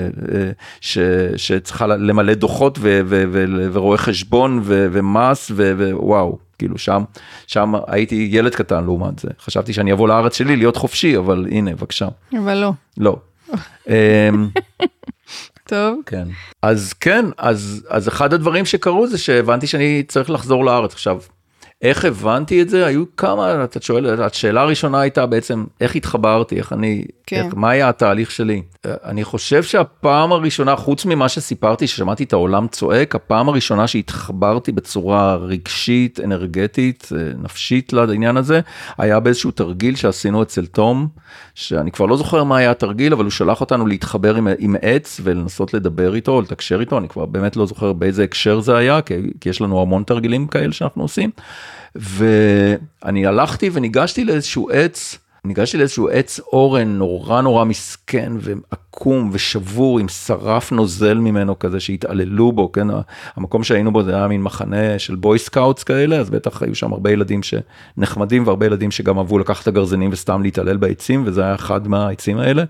Speaker 2: שצריכה למלא דוחות ורואה חשבון ומס וואו, כאילו שם הייתי ילד קטן לעומת זה. חשבתי שאני אבוא לארץ שלי להיות חופשי, אבל הנה, בבקשה.
Speaker 1: אבל לא.
Speaker 2: לא.
Speaker 1: טוב.
Speaker 2: כן. אז כן, אז אחד הדברים שקרו זה שהבנתי שאני צריך לחזור לארץ. עכשיו, איך הבנתי את זה? היו כמה, אתה שואל, השאלה הראשונה הייתה בעצם, איך התחברתי, מה היה התהליך שלי? אני חושב שהפעם הראשונה, חוץ ממה שסיפרתי, ששמעתי את העולם צועק, הפעם הראשונה שהתחברתי בצורה רגשית, אנרגטית, נפשית לעניין הזה, היה באיזשהו תרגיל שעשינו אצל תום, שאני כבר לא זוכר מה היה התרגיל, אבל הוא שלח אותנו להתחבר עם עץ, ולנסות לדבר איתו, או לתקשר איתו, אני כבר באמת לא זוכר באיזה הקשר זה היה, כי יש לנו המון תרגילים כאלה שאנחנו עושים, ואני הלכתי וניגשתי לאיזשהו עץ אורן נורא נורא מסכן ועקום ושבור עם שרף נוזל ממנו כזה שהתעללו בו, כן? המקום שהיינו בו זה היה מין מחנה של בוי סקאוטס כאלה, אז בטח היו שם הרבה ילדים שנחמדים והרבה ילדים שגם אהבו לקחת את הגרזנים וסתם להתעלל בעצים, וזה היה אחד מהעצים האלה.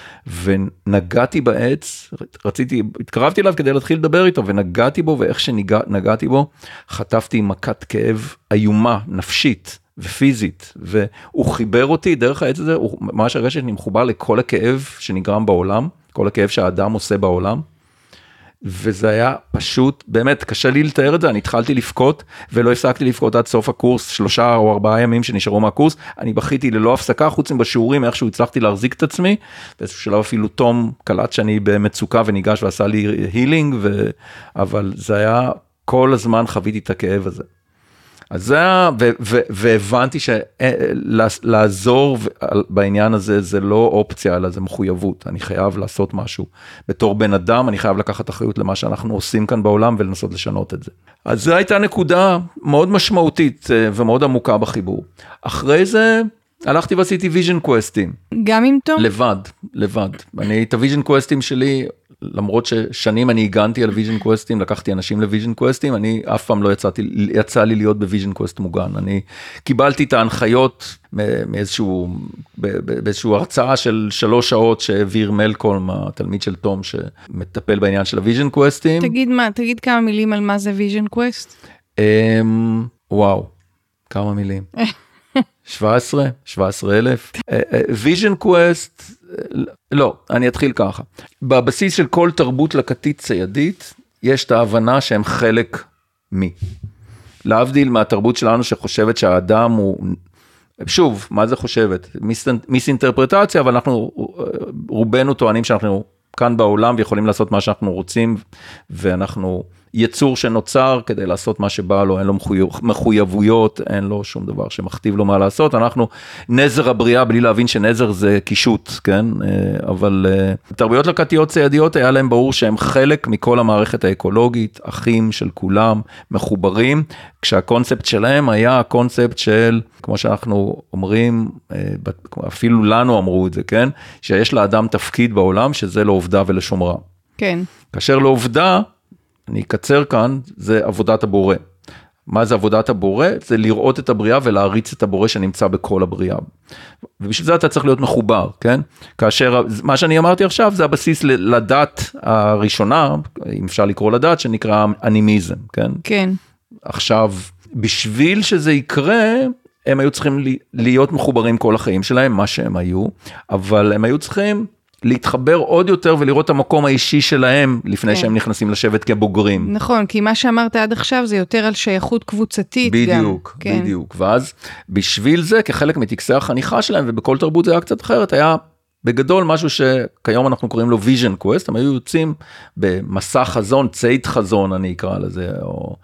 Speaker 2: ונגעתי בעץ, התקרבתי אליו כדי להתחיל לדבר איתו, ונגעתי בו, ואיך שנגעתי בו, חטפתי מכת כאב איומה, נפשית ופיזית, והוא חיבר אותי דרך העץ הזה, ממש הרגשתי שאני מחובר לכל הכאב שנגרם בעולם, כל הכאב שהאדם עושה בעולם, וזה היה פשוט, באמת, קשה לי לתאר את זה, אני התחלתי לפקוט, ולא הפסקתי לפקוט עד סוף הקורס, 3 או 4 ימים שנשארו מהקורס, אני בכיתי ללא הפסקה, חוץ מבשיעורים, איכשהו הצלחתי להחזיק את עצמי, באיזשהו שלב אפילו תום קלט שאני במצוקה וניגש ועשה לי הילינג, אבל זה היה, כל הזמן חוויתי את הכאב הזה. אז זה היה, והבנתי שלעזור בעניין הזה, זה לא אופציה, אלא זה מחויבות. אני חייב לעשות משהו. בתור בן אדם, אני חייב לקחת אחריות למה שאנחנו עושים כאן בעולם, ולנסות לשנות את זה. אז זו הייתה נקודה מאוד משמעותית, ומאוד עמוקה בחיבור. אחרי זה, הלכתי ועשיתי ויז'ן קווסטים.
Speaker 1: גם עם תום?
Speaker 2: לבד. אני את הוויז'ן קווסטים שלי, למרות ששנים אני הגנתי על ויז'ן קווסטים, לקחתי אנשים לוויז'ן קווסטים, אני אף פעם לא יצא לי להיות בוויז'ן קווסט מוגן. אני קיבלתי את ההנחיות באיזשהו הרצאה של 3 שעות שהעביר מלקולם, התלמיד של תום, שמטפל בעניין של הוויז'ן קווסטים.
Speaker 1: תגיד כמה מילים על מה זה ויז'ן קווסט.
Speaker 2: וואו, כמה מילים. 17,000. ויז'ן קווסט, לא, אני אתחיל ככה. בבסיס של כל תרבות לקטית ציידית, יש את ההבנה שהם חלק מי. להבדיל מהתרבות שלנו שחושבת שהאדם הוא, שוב, מה זה חושבת? מיסאינטרפרטציה, אבל אנחנו, רובנו טוענים שאנחנו כאן בעולם ויכולים לעשות מה שאנחנו רוצים, ואנחנו יצור שנוצר כדי לעשות מה שבא לו, אין לו מחויבויות, אין לו שום דבר שמכתיב לו מה לעשות, אנחנו נזר הבריאה בלי להבין שנזר זה קישוט, כן? אבל תרבויות לקטיות ציידיות היה להם ברור שהם חלק מכל המערכת האקולוגית, אחים של כולם, מחוברים, כשהקונספט שלהם היה הקונספט של, כמו שאנחנו אומרים, אפילו לנו אמרו את זה, כן? שיש לאדם תפקיד בעולם, שזה לעובדה ולשומרה.
Speaker 1: כן.
Speaker 2: כאשר לעובדה, אני אקצר כאן, זה עבודת הבורא. מה זה עבודת הבורא? זה לראות את הבריאה ולהריץ את הבורא שנמצא בכל הבריאה. ובשביל זה אתה צריך להיות מחובר, כן? כאשר, מה שאני אמרתי עכשיו, זה הבסיס לדת הראשונה, אם אפשר לקרוא לדת, שנקרא אנימיזם, כן?
Speaker 1: כן.
Speaker 2: עכשיו, בשביל שזה יקרה, הם היו צריכים להיות מחוברים כל החיים שלהם, מה שהם היו, אבל הם היו צריכים להתחבר עוד יותר ולראות את המקום האישי שלהם, לפני שהם נכנסים לשבת כבוגרים.
Speaker 1: נכון, כי מה שאמרת עד עכשיו, זה יותר על שייכות קבוצתית גם.
Speaker 2: בדיוק, בדיוק. ואז, בשביל זה, כחלק מטקסי החניכה שלהם, ובכל תרבות זה היה קצת אחרת, היה בגדול משהו שכיום אנחנו קוראים לו ויז'ן קווסט, הם היו יוצאים במסע חזון, ציד חזון, אני אקרא לזה, או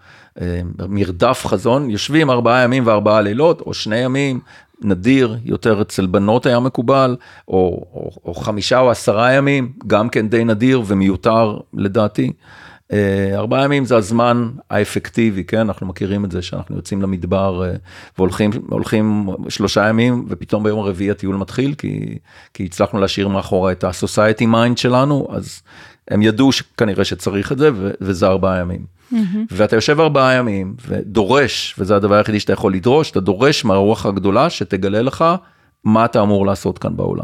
Speaker 2: מרדף חזון, יושבים 4 ימים ו4 לילות, או 2 ימים, נדיר, יותר אצל בנות היה מקובל, או 5 או 10 ימים, גם כן די נדיר ומיותר לדעתי. 4 ימים זה הזמן האפקטיבי, כן? אנחנו מכירים את זה שאנחנו יוצאים למדבר והולכים 3 ימים, ופתאום ביום הרביעי הטיול מתחיל, כי הצלחנו להשאיר מאחורה את ה-society mind שלנו, אז הם ידעו שכנראה שצריך את זה, וזה 4 ימים. ואתה יושב 4 ימים ודורש, וזה הדבר היחידי שאתה יכול לדרוש, אתה דורש מהרוח הגדולה שתגלה לך מה אתה אמור לעשות כאן בעולם.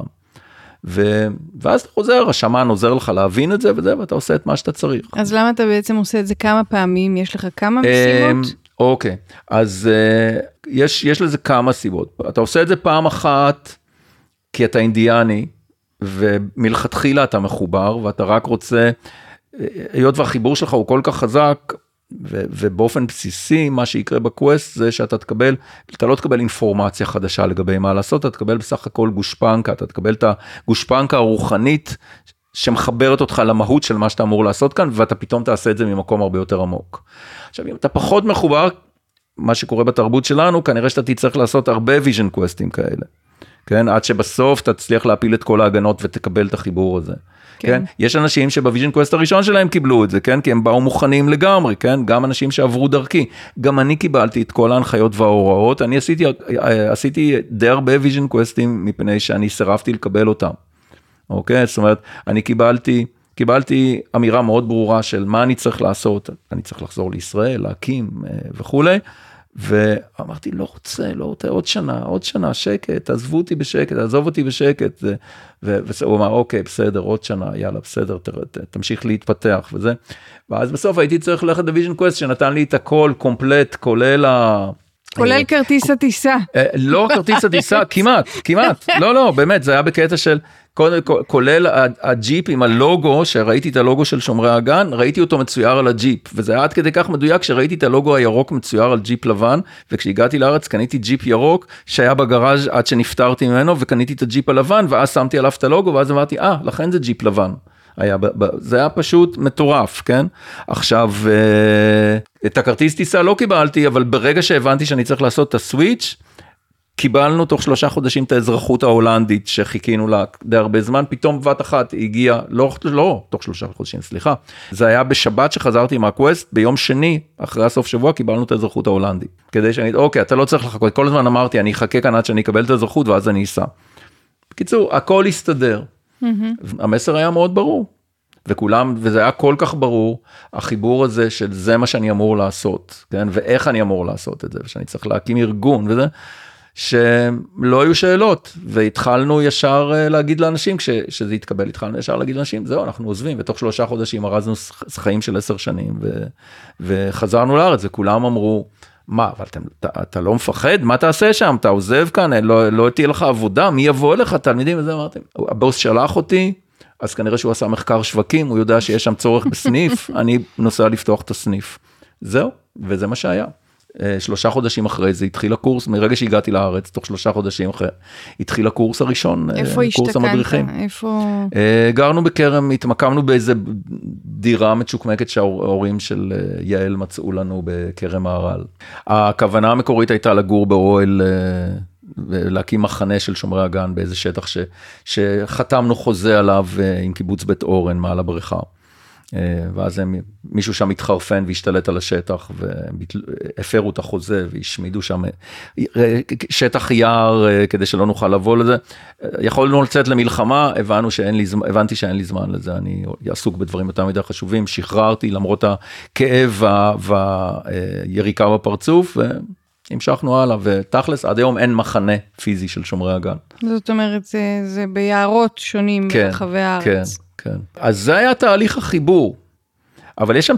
Speaker 2: ואז אתה חוזר, השמן עוזר לך להבין את זה וזה, ואתה עושה את מה שאתה צריך.
Speaker 1: אז למה אתה בעצם עושה את זה כמה פעמים? יש לך כמה משימות?
Speaker 2: אוקיי, אז יש לזה כמה סיבות. אתה עושה את זה פעם אחת, כי אתה אינדיאני, ומלכתחילה אתה מחובר, ואתה רק רוצה, היות והחיבור שלך הוא כל כך חזק, ובאופן בסיסי, מה שיקרה בקווסט, זה שאתה אתה לא תקבל אינפורמציה חדשה לגבי מה לעשות, אתה תקבל בסך הכל גושפנקה, אתה תקבל את הגושפנקה הרוחנית, שמחברת אותך למהות של מה שאתה אמור לעשות כאן, ואתה פתאום תעשה את זה ממקום הרבה יותר עמוק. עכשיו, אם אתה פחות מחובר, מה שקורה בתרבות שלנו, כנראה שאתה תצטרך לעשות הרבה ויז'ן קווסטים כאלה. כן? עד שבסוף אתה תצליח להפיל את כל ההגנות ותקבל את החיבור הזה. כן? יש אנשים שבוויז'ן קווסט הראשון שלהם קיבלו את זה, כן? כי הם באו מוכנים לגמרי, כן? גם אנשים שעברו דרכי. גם אני קיבלתי את כל ההנחיות וההוראות, אני עשיתי די הרבה ויז'ן קווסטים, מפני שאני סירבתי לקבל אותם. אוקיי? זאת אומרת, אני קיבלתי אמירה מאוד ברורה של מה אני צריך לעשות, אני צריך לחזור לישראל, להקים וכולי, ואמרתי, לא רוצה, עוד שנה, שקט, עזבו אותי בשקט, עזוב אותי בשקט, והוא אמר, אוקיי, בסדר, עוד שנה, יאללה, בסדר, תמשיך להתפתח וזה, ואז בסוף הייתי צריך ללכת לוויז'ן קווסט, שנתן לי את הכל קומפלט, כולל
Speaker 1: כרטיס הטיסה.
Speaker 2: לא כרטיס הטיסה, כמעט, לא, באמת, זה היה בקטע של, כולל הג'יפ עם הלוגו, שראיתי את הלוגו של שומרי הגן, ראיתי אותו מצויר על הג'יפ, וזה היה עד כדי כך מדויק, שראיתי את הלוגו הירוק מצויר על ג'יפ לבן, וכשהגעתי לארץ קניתי ג'יפ ירוק, שהיה בגראז' עד שנפטרתי ממנו, וקניתי את הג'יפ הלבן, ואז שמתי עליו את הלוגו, ואז אמרתי, לכן זה ג'יפ לבן. זה היה פשוט מטורף, כן? עכשיו, את הכרטיס טיסה לא קיבלתי, אבל ברגע שהבנתי שאני צריך לעשות את הסוויץ', קיבלנו תוך 3 חודשים את האזרחות ההולנדית, שחיכינו לה די הרבה זמן, פתאום בת אחת הגיעה, לא, תוך 3 חודשים, סליחה. זה היה בשבת שחזרתי מהקווסט, ביום שני, אחרי הסוף שבוע, קיבלנו את האזרחות ההולנדית. כדי שאני, אוקיי, אתה לא צריך לחכות, כל הזמן אמרתי, אני אחכה כאן עד שאני אקבל את האזרחות, ואז אני אסע. בקיצור, הכל הסתדר. המסר היה מאוד ברור. וכולם, וזה היה כל כך ברור, החיבור הזה של זה מה שאני אמור לעשות, כן? ואיך אני אמור לעשות את זה, ושאני צריך להקים ארגון וזה, שלא היו שאלות, והתחלנו ישר להגיד לאנשים, כשזה התקבל, התחלנו ישר להגיד לאנשים, זהו, אנחנו עוזבים, ותוך 3 חודשים ארזנו חיים של 10 שנים, וחזרנו לארץ, וכולם אמרו, מה, אבל אתה לא מפחד? מה תעשה שם? אתה עוזב כאן? לא תהיה לך עבודה? מי יבוא אליך? תלמידים וזה אמרתם. הבוס שלח אותי, אז כנראה שהוא עשה מחקר שווקים, הוא יודע שיש שם צורך בסניף, אני נוסע לפתוח את הסניף. זהו, וזה מה שהיה. 3 חודשים אחרי זה התחיל הקורס, מרגע שהגעתי לארץ, תוך 3 חודשים אחרי, התחיל הקורס הראשון, קורס המדריכים.
Speaker 1: איפה?
Speaker 2: גרנו בכרם, התמקמנו באיזה דירה מצ'וקמקת שההורים של יעל מצאו לנו בכרם מהר"ל. הכוונה המקורית הייתה לגור באוהל, ולהקים מחנה של שומרי הגן באיזה שטח שחתמנו חוזה עליו עם קיבוץ בית אורן מעל הבריכה. ואז מישהו שם התחרפן והשתלט על השטח, והפרו את החוזה והשמידו שם שטח יער כדי שלא נוכל לבוא לזה. יכולנו לצאת למלחמה, הבנתי שאין לי זמן לזה, אני עסוק בדברים יותר מדי חשובים, שחררתי למרות הכאב והיריקה בפרצוף, והמשכנו הלאה, ותכלס עד היום אין מחנה פיזי של שומרי הגן.
Speaker 1: זאת אומרת, זה ביערות שונים ברחבי הארץ.
Speaker 2: כן. כן. אז זה היה תהליך החיבור, אבל יש שם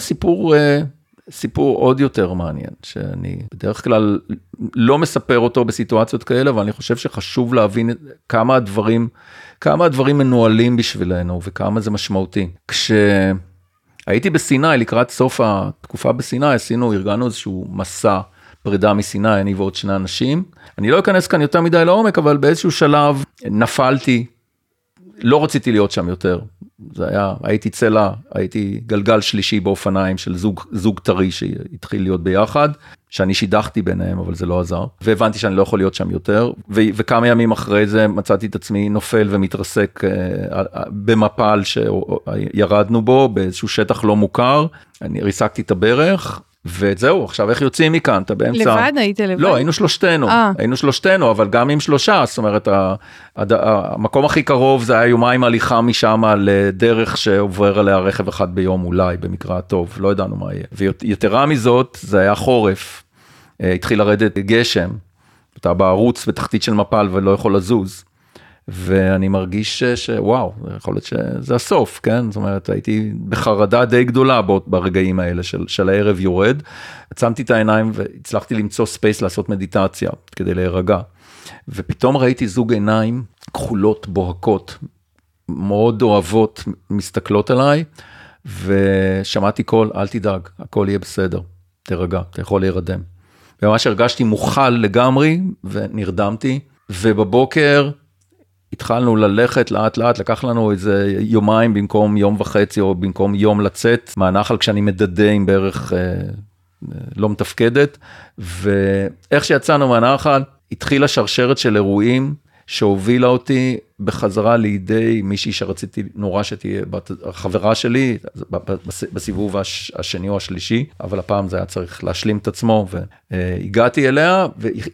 Speaker 2: סיפור עוד יותר מעניין, שאני בדרך כלל לא מספר אותו בסיטואציות כאלה, אבל אני חושב שחשוב להבין כמה הדברים מנוהלים בשבילנו, וכמה זה משמעותי. כשהייתי בסיני, לקראת סוף התקופה בסיני, ארגנו איזשהו מסע פרידה מסיני, אני ועוד 2 אנשים. אני לא אכנס כאן יותר מדי לעומק, אבל באיזשהו שלב נפלתי, לא רציתי להיות שם יותר. הייתי צלע, הייתי גלגל שלישי באופניים של זוג טרי שהתחיל להיות ביחד, שאני שידחתי ביניהם, אבל זה לא עזר. והבנתי שאני לא יכול להיות שם יותר, וכמה ימים אחרי זה מצאתי את עצמי נופל ומתרסק במפל שירדנו בו, באיזשהו שטח לא מוכר, אני ריסקתי את הברך, וזהו, עכשיו איך יוצאים מכאן? אתה באמצע...
Speaker 1: לבד? היית לבד?
Speaker 2: לא, היינו שלושתנו, אבל גם עם 3, זאת אומרת, המקום הכי קרוב זה היה יומיים הליכה משם לדרך שעובר עליה רכב אחד ביום אולי, במקרה הטוב, לא ידענו מה יהיה. ויתרה מזאת, זה היה חורף, התחיל לרדת גשם, אתה בערוץ בתחתית של מפל ולא יכול לזוז, ואני מרגיש שוואו, יכול להיות שזה הסוף, כן? זאת אומרת, הייתי בחרדה די גדולה ברגעים האלה של הערב יורד, עצמתי את העיניים והצלחתי למצוא ספייס לעשות מדיטציה כדי להירגע, ופתאום ראיתי זוג עיניים כחולות, בוהקות, מאוד אוהבות, מסתכלות עליי, ושמעתי קול, אל תדאג, הכל יהיה בסדר, תירגע, אתה יכול להירדם. וממש הרגשתי מוכל לגמרי, ונרדמתי, ובבוקר, התחלנו ללכת לאט לאט, לקח לנו איזה יומיים במקום 1.5 יום, או במקום יום לצאת מהנחל, כשאני מדדה עם בערך לא מתפקדת, ואיך שיצאנו מהנחל, התחילה שרשרת של אירועים, שהובילה אותי בחזרה לידי מישהי שרציתי נורא שתהיה חברה שלי, בסיבוב השני או השלישי, אבל הפעם זה היה צריך להשלים את עצמו, והגעתי אליה,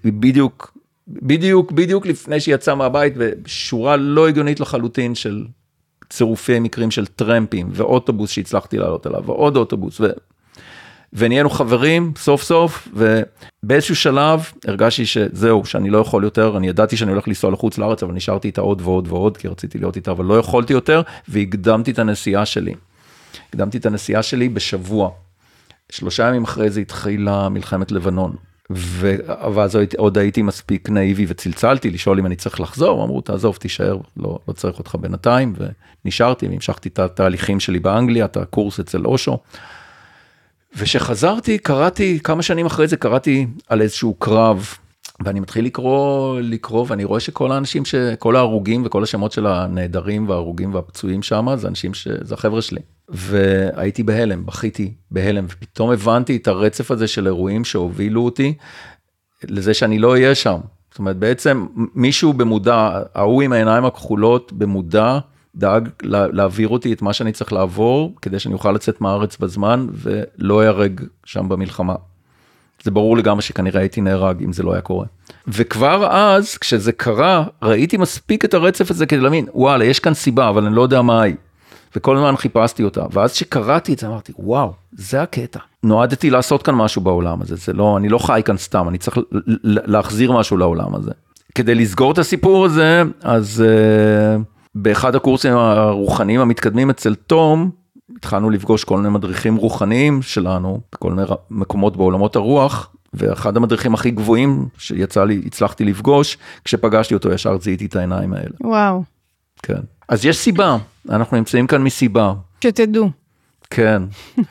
Speaker 2: בדיוק לפני שיצא מהבית, בשורה לא הגיונית לחלוטין של צירופי מקרים של טרמפים, ואוטובוס שהצלחתי לעלות עליו, ועוד אוטובוס, ונהיינו חברים סוף סוף, ובאיזשהו שלב הרגשתי שזהו, שאני לא יכול יותר, אני ידעתי שאני הולך לנסוע לחוץ לארץ, אבל נשארתי איתה עוד ועוד ועוד, כי רציתי להיות איתה, אבל לא יכולתי יותר, והקדמתי את הנסיעה שלי. הקדמתי את הנסיעה שלי בשבוע. 3 ימים אחרי זה התחילה מלחמת לבנון. ואז עוד הייתי מספיק נאיבי וצלצלתי לשאול אם אני צריך לחזור, אמרו תעזוב תישאר, לא צריך אותך בינתיים, ונשארתי והמשכתי את התהליכים שלי באנגליה, את הקורס אצל אושו, ושחזרתי קראתי, כמה שנים אחרי זה קראתי על איזשהו קרב, ואני מתחיל לקרוא, ואני רואה שכל האנשים, כל ההרוגים וכל השמות של הנהדרים וההרוגים והפצועים שם, זה אנשים זה החבר'ה שלי. והייתי בהלם, בכיתי בהלם, ופתאום הבנתי את הרצף הזה של אירועים שהובילו אותי, לזה שאני לא אהיה שם. זאת אומרת, בעצם מישהו במודע, ההוא עם העיניים הכחולות במודע, דאג להעביר אותי את מה שאני צריך לעבור, כדי שאני אוכל לצאת מהארץ בזמן, ולא ירג שם במלחמה. זה ברור לגמרי שכנראה הייתי נהרג, אם זה לא היה קורה. וכבר אז, כשזה קרה, ראיתי מספיק את הרצף הזה כדי להאמין, וואלה, יש כאן סיבה, אבל אני לא יודע מה היא. וכל הזמן חיפשתי אותה, ואז שקראתי את זה, אמרתי, וואו, זה הקטע. נועדתי לעשות כאן משהו בעולם הזה, אני לא חי כאן סתם, אני צריך להחזיר משהו לעולם הזה. כדי לסגור את הסיפור הזה, אז באחד הקורסים הרוחניים המתקדמים אצל תום, התחלנו לפגוש כל מיני מדריכים רוחניים שלנו, בכל מיני מקומות בעולמות הרוח, ואחד המדריכים הכי גבוהים הצלחתי לפגוש, כשפגשתי אותו ישר זיהיתי את העיניים האלה.
Speaker 1: וואו.
Speaker 2: כן. אז יש סיבה, אנחנו נמצאים כאן מסיבה.
Speaker 1: שתדעו.
Speaker 2: כן.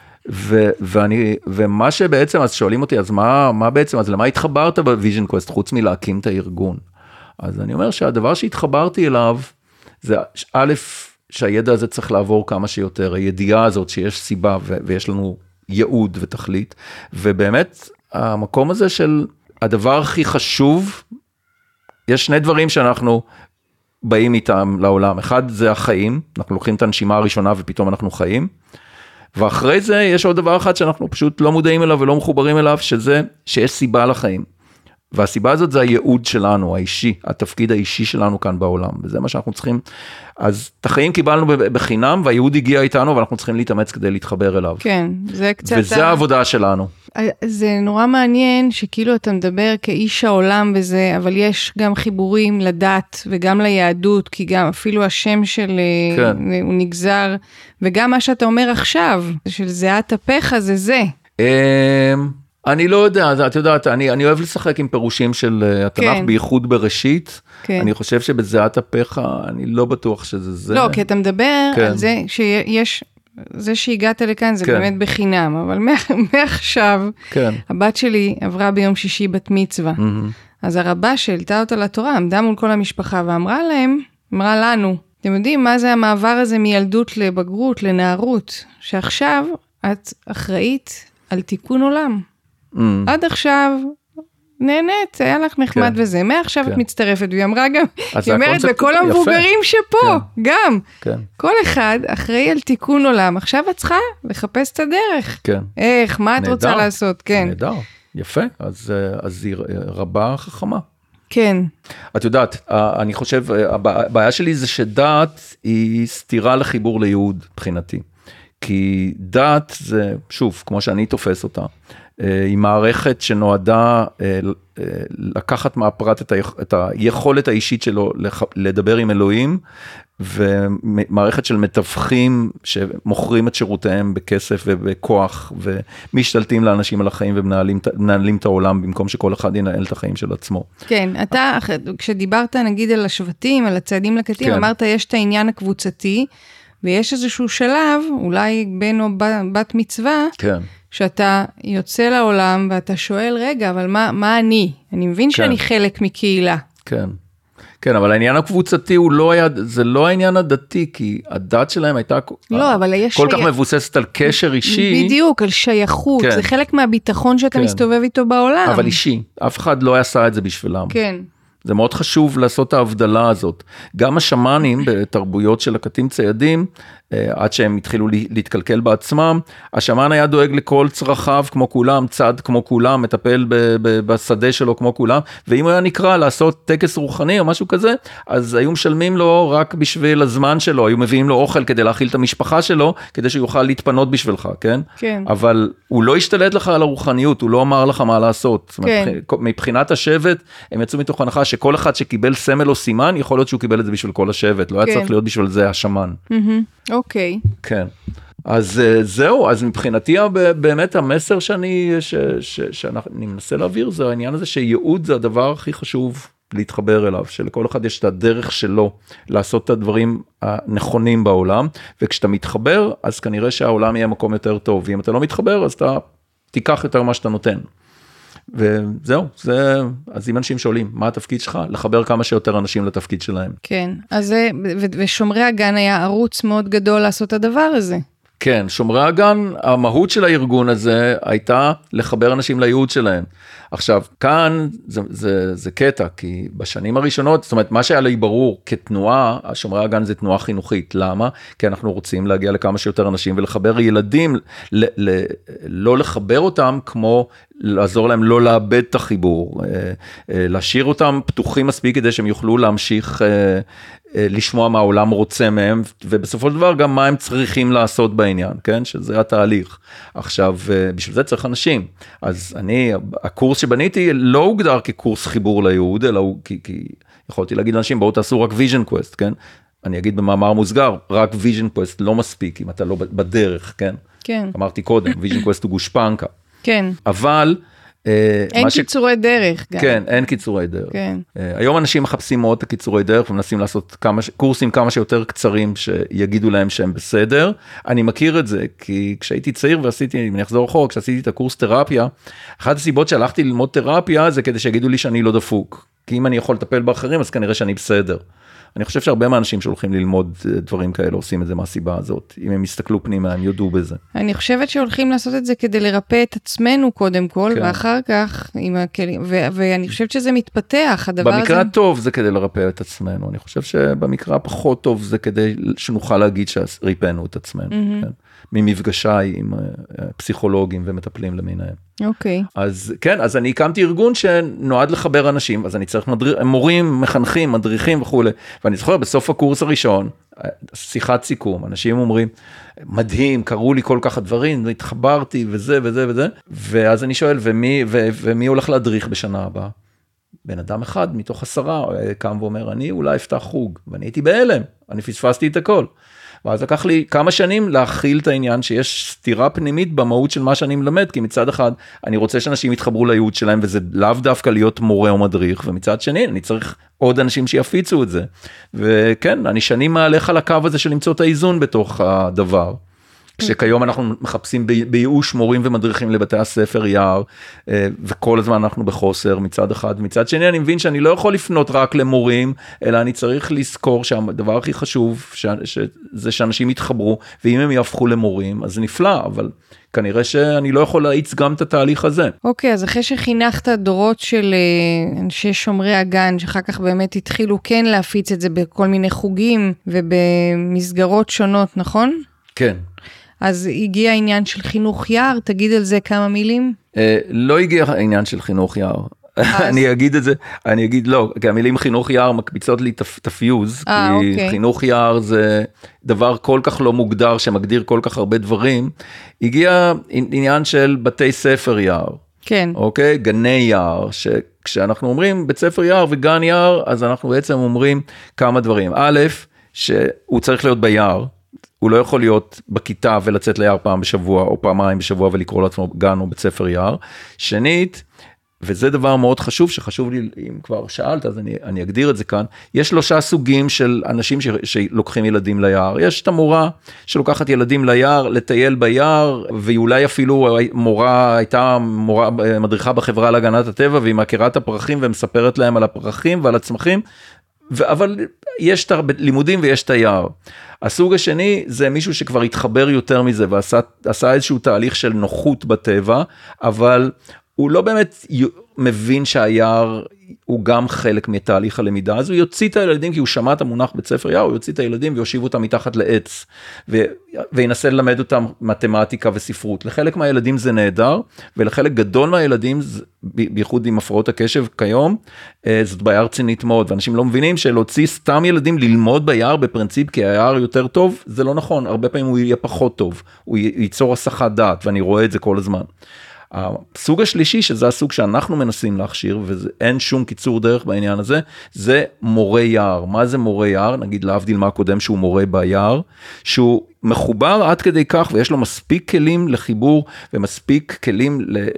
Speaker 2: ומה שבעצם, אז שואלים אותי, אז מה בעצם, אז למה התחברת בוויז'ן קווסט, חוץ מלהקים את הארגון? אז אני אומר שהדבר שהתחברתי אליו, זה א', שהידע הזה צריך לעבור כמה שיותר, הידיעה הזאת שיש סיבה ויש לנו ייעוד ותכלית, ובאמת המקום הזה של הדבר הכי חשוב, יש שני דברים שאנחנו באים איתם לעולם, אחד זה החיים, אנחנו לוקחים את הנשימה הראשונה ופתאום אנחנו חיים, ואחרי זה יש עוד דבר אחד שאנחנו פשוט לא מודעים אליו ולא מחוברים אליו, שזה שיש סיבה לחיים. והסיבה הזאת זה הייעוד שלנו, האישי, התפקיד האישי שלנו כאן בעולם, וזה מה שאנחנו צריכים. אז את החיים קיבלנו בחינם, והייעוד הגיע איתנו, ואנחנו צריכים להתאמץ כדי להתחבר אליו.
Speaker 1: כן, זה קצת...
Speaker 2: וזה העבודה שלנו.
Speaker 1: זה נורא מעניין, שכאילו אתה מדבר כאיש העולם וזה, אבל יש גם חיבורים לדת, וגם ליהדות, כי גם אפילו השם של... כן. הוא נגזר, וגם מה שאתה אומר עכשיו, של זיעת אפיך, זה.
Speaker 2: אני לא יודע, את יודעת, אני אוהב לשחק עם פירושים של התנ"ך, כן. בייחוד בראשית, כן. אני חושב שבזיעת אפיך, אני לא בטוח שזה זה.
Speaker 1: לא, כי אתה מדבר כן. על זה שיש, זה שהגעת לכאן זה כן. באמת בחינם, אבל מעכשיו, כן. הבת שלי עברה ביום שישי בת מצווה, אז הרבה שהעלתה אותה לתורה, עמדה מול כל המשפחה ואמרה לנו, אתם יודעים מה זה המעבר הזה מילדות לבגרות, לנערות, שעכשיו את אחראית על תיקון עולם. עד עכשיו נהנית, היה לך נחמד וזה, מעכשיו את מצטרפת, והיא אמרה גם, היא אומרת בכל המבוגרים שפה, גם, כל אחד אחראי על תיקון עולם, עכשיו את צריכה לחפש את הדרך, איך, מה את רוצה לעשות, כן.
Speaker 2: נהדר, יפה, אז היא רבה חכמה.
Speaker 1: כן.
Speaker 2: את יודעת, אני חושב, הבעיה שלי זה שדת היא סתירה לחיבור לייעוד מבחינתי, כי דת זה, שוב, כמו שאני תופס אותה, היא מערכת שנועדה לקחת מהפרט את היכולת האישית שלו לדבר עם אלוהים, ומערכת של מתווכים שמוכרים את שירותיהם בכסף ובכוח, ומשתלטים לאנשים על החיים ומנהלים את העולם, במקום שכל אחד ינהל את החיים של עצמו.
Speaker 1: כן, אתה, כשדיברת נגיד על השבטים, על הצעדים לקטים, כן. אמרת יש את העניין הקבוצתי, ויש איזשהו שלב, אולי בן או בת מצווה, כן. שאתה יוצא לעולם ואתה שואל, רגע, אבל מה אני? אני מבין כן. שאני חלק מקהילה.
Speaker 2: כן. כן, אבל העניין הקבוצתי הוא לא היה, זה לא העניין הדתי, כי הדת שלהם הייתה
Speaker 1: לא, אבל יש
Speaker 2: כל כך מבוססת על קשר אישי.
Speaker 1: בדיוק, על שייכות, כן. זה חלק מהביטחון שאתה כן. מסתובב איתו בעולם.
Speaker 2: אבל אישי, אף אחד לא עשה את זה בשבילם.
Speaker 1: כן.
Speaker 2: זה מאוד חשוב לעשות את ההבדלה הזאת. גם השמנים בתרבויות של לקטים ציידים, עד שהם התחילו להתקלקל בעצמם, השמן היה דואג לכל צרכיו כמו כולם, צד כמו כולם, מטפל בשדה שלו כמו כולם, ואם הוא היה נקרא לעשות טקס רוחני או משהו כזה, אז היו משלמים לו רק בשביל הזמן שלו, היו מביאים לו אוכל כדי להאכיל את המשפחה שלו, כדי שהוא יוכל להתפנות בשבילך, כן?
Speaker 1: כן.
Speaker 2: אבל הוא לא השתלט לך על הרוחניות, הוא לא אמר לך מה לעשות.
Speaker 1: כן.
Speaker 2: מבחינת השבט, הם יצאו מתוך הנחה שכל אחד שקיבל סמל או סימן, יכול להיות שהוא קיבל את זה בשביל כל השבט, לא היה צריך להיות בשביל זה השמן.
Speaker 1: אוקיי.
Speaker 2: כן. אז זהו, אז מבחינתי באמת המסר שאני מנסה להעביר, זה העניין הזה שייעוד זה הדבר הכי חשוב להתחבר אליו, שלכל אחד יש את הדרך שלו לעשות את הדברים הנכונים בעולם, וכשאתה מתחבר, אז כנראה שהעולם יהיה מקום יותר טוב, ואם אתה לא מתחבר, אז אתה תיקח יותר מה שאתה נותן. וזהו, אז אם אנשים שואלים, מה התפקיד שלך? לחבר כמה שיותר אנשים לתפקיד שלהם.
Speaker 1: כן, אז ושומרי הגן היה ערוץ מאוד גדול לעשות את הדבר הזה.
Speaker 2: כן, שומרי הגן, המהות של הארגון הזה הייתה לחבר אנשים לייעוד שלהם. עכשיו, כאן זה קטע, כי בשנים הראשונות, זאת אומרת, מה שהיה לי ברור כתנועה, שומרי הגן זה תנועה חינוכית. למה? כי אנחנו רוצים להגיע לכמה שיותר אנשים ולחבר ילדים, לא לחבר אותם כמו לעזור להם לא לאבד את החיבור, להשאיר אותם פתוחים מספיק כדי שהם יוכלו להמשיך לשמוע מה העולם רוצה מהם, ובסופו של דבר גם מה הם צריכים לעשות בעניין, כן? שזה התהליך. עכשיו, בשביל זה צריך אנשים. אז הקורס שבניתי לא הוגדר כקורס חיבור ליהוד, אלא כי יכולתי להגיד לאנשים, בואו תעשו רק ויז'ן קווסט, כן? אני אגיד במאמר מוסגר, רק ויז'ן קווסט לא מספיק, אם אתה לא בדרך, כן?
Speaker 1: כן.
Speaker 2: אמרתי קודם, ויז'ן קווסט הוא גושפנקה.
Speaker 1: כן.
Speaker 2: אבל
Speaker 1: אין קיצורי דרך גם.
Speaker 2: כן, אין קיצורי דרך.
Speaker 1: כן.
Speaker 2: היום אנשים מחפשים מאוד את הקיצורי דרך, ומנסים לעשות קורסים כמה שיותר קצרים, שיגידו להם שהם בסדר. אני מכיר את זה, כי כשהייתי צעיר ועשיתי, אם אני אחזור אחורה, כשעשיתי את הקורס תרפיה, אחת הסיבות שהלכתי ללמוד תרפיה, זה כדי שיגידו לי שאני לא דפוק. כי אם אני יכול לטפל באחרים, אז כנראה שאני בסדר. אני חושב שהרבה מהאנשים שהולכים ללמוד דברים כאלה עושים את זה מהסיבה הזאת. אם הם יסתכלו פנימה, הם יודעו בזה.
Speaker 1: אני חושבת שהולכים לעשות את זה כדי לרפא את עצמנו קודם כל, כן. ואחר כך עם הכלים, ואני חושבת שזה מתפתח, הדבר הזה.
Speaker 2: במקרה הטוב זה כדי לרפא את עצמנו. אני חושב שבמקרה הפחות טוב זה כדי שנוכל להגיד שריפאנו את עצמנו. כן? ממפגשיי עם פסיכולוגים ומטפלים למיניהם.
Speaker 1: אוקיי.
Speaker 2: אז כן, אז אני הקמתי ארגון שנועד לחבר אנשים, אז אני צריך מורים, מחנכים, מדריכים וכו'. ואני זוכר בסוף הקורס הראשון, שיחת סיכום, אנשים אומרים, מדהים, קראו לי כל כך הדברים, התחברתי וזה וזה וזה, ואז אני שואל, ומי הולך להדריך בשנה הבאה? בן אדם אחד מתוך 10 קם ואומר, אני אולי אפתח חוג, ואני הייתי בהלם, אני פספסתי את הכל. ואז לקח לי כמה שנים להכיל את העניין שיש סתירה פנימית במהות של מה שאני מלמד, כי מצד אחד אני רוצה שאנשים יתחברו לייעוד שלהם, וזה לאו דווקא להיות מורה או מדריך, ומצד שני אני צריך עוד אנשים שיפיצו את זה. וכן, אני שנים מהלך על הקו הזה של למצוא את האיזון בתוך הדבר. כשכיום אנחנו מחפשים בייאוש מורים ומדריכים לבתי הספר יער, וכל הזמן אנחנו בחוסר מצד אחד, ומצד שני אני מבין שאני לא יכול לפנות רק למורים, אלא אני צריך לזכור שהדבר הכי חשוב זה שאנשים יתחברו, ואם הם יהפכו למורים, אז זה נפלא, אבל כנראה שאני לא יכול להאיץ גם את התהליך הזה.
Speaker 1: אוקיי, אז אחרי שחינכת דורות של אנשי שומרי הגן, שאחר כך באמת התחילו כן להפיץ את זה בכל מיני חוגים, ובמסגרות שונות, נכון?
Speaker 2: כן.
Speaker 1: אז הגיע העניין של חינוך יער, תגיד על זה כמה מילים?
Speaker 2: לא הגיע העניין של חינוך יער. אני אגיד את זה, אני אגיד לא, כי המילים חינוך יער מקפיצות לי את הפיוז, כי חינוך יער זה דבר כל כך לא מוגדר, שמגדיר כל כך הרבה דברים. הגיע עניין של בתי ספר יער.
Speaker 1: כן.
Speaker 2: אוקיי? גני יער, שכשאנחנו אומרים בית ספר יער וגן יער, אז אנחנו בעצם אומרים כמה דברים. א', שהוא צריך להיות ביער, הוא לא יכול להיות בכיתה ולצאת ליער פעם בשבוע או פעמיים בשבוע ולקרוא לעצמו גן או בית ספר יער. שנית, וזה דבר מאוד חשוב, שחשוב לי, אם כבר שאלת, אז אני אגדיר את זה כאן, יש 3 סוגים של אנשים שלוקחים ילדים ליער. יש את המורה שלוקחת ילדים ליער, לטייל ביער, ואולי אפילו הייתה מורה מדריכה בחברה להגנת הטבע, והיא מכירה את הפרחים ומספרת להם על הפרחים ועל הצמחים, אבל יש את הלימודים ויש את היער. הסוג השני זה מישהו שכבר התחבר יותר מזה, ועשה איזשהו תהליך של נוחות בטבע, אבל הוא לא באמת מבין שהיער הוא גם חלק מתהליך הלמידה, אז הוא יוציא את הילדים, כי הוא שמע את המונח בית ספר יער, הוא יוציא את הילדים ויושיב אותם מתחת לעץ, וינסה ללמד אותם מתמטיקה וספרות. לחלק מהילדים זה נהדר, ולחלק גדול מהילדים, בייחוד עם הפרעות הקשב כיום, זאת בעיה רצינית מאוד, ואנשים לא מבינים שלהוציא סתם ילדים ללמוד ביער בפרינציפ, כי היער יותר טוב, זה לא נכון, הרבה פעמים הוא יהיה פחות טוב, הוא ייצור הסחת דעת, ואני רואה את זה כל הזמן. הסוג השלישי, שזה הסוג שאנחנו מנסים להכשיר, ואין שום קיצור דרך בעניין הזה, זה מורה יער. מה זה מורה יער? נגיד להבדיל מה הקודם שהוא מורה ביער, שהוא מחובר עד כדי כך, ויש לו מספיק כלים לחיבור, ומספיק כלים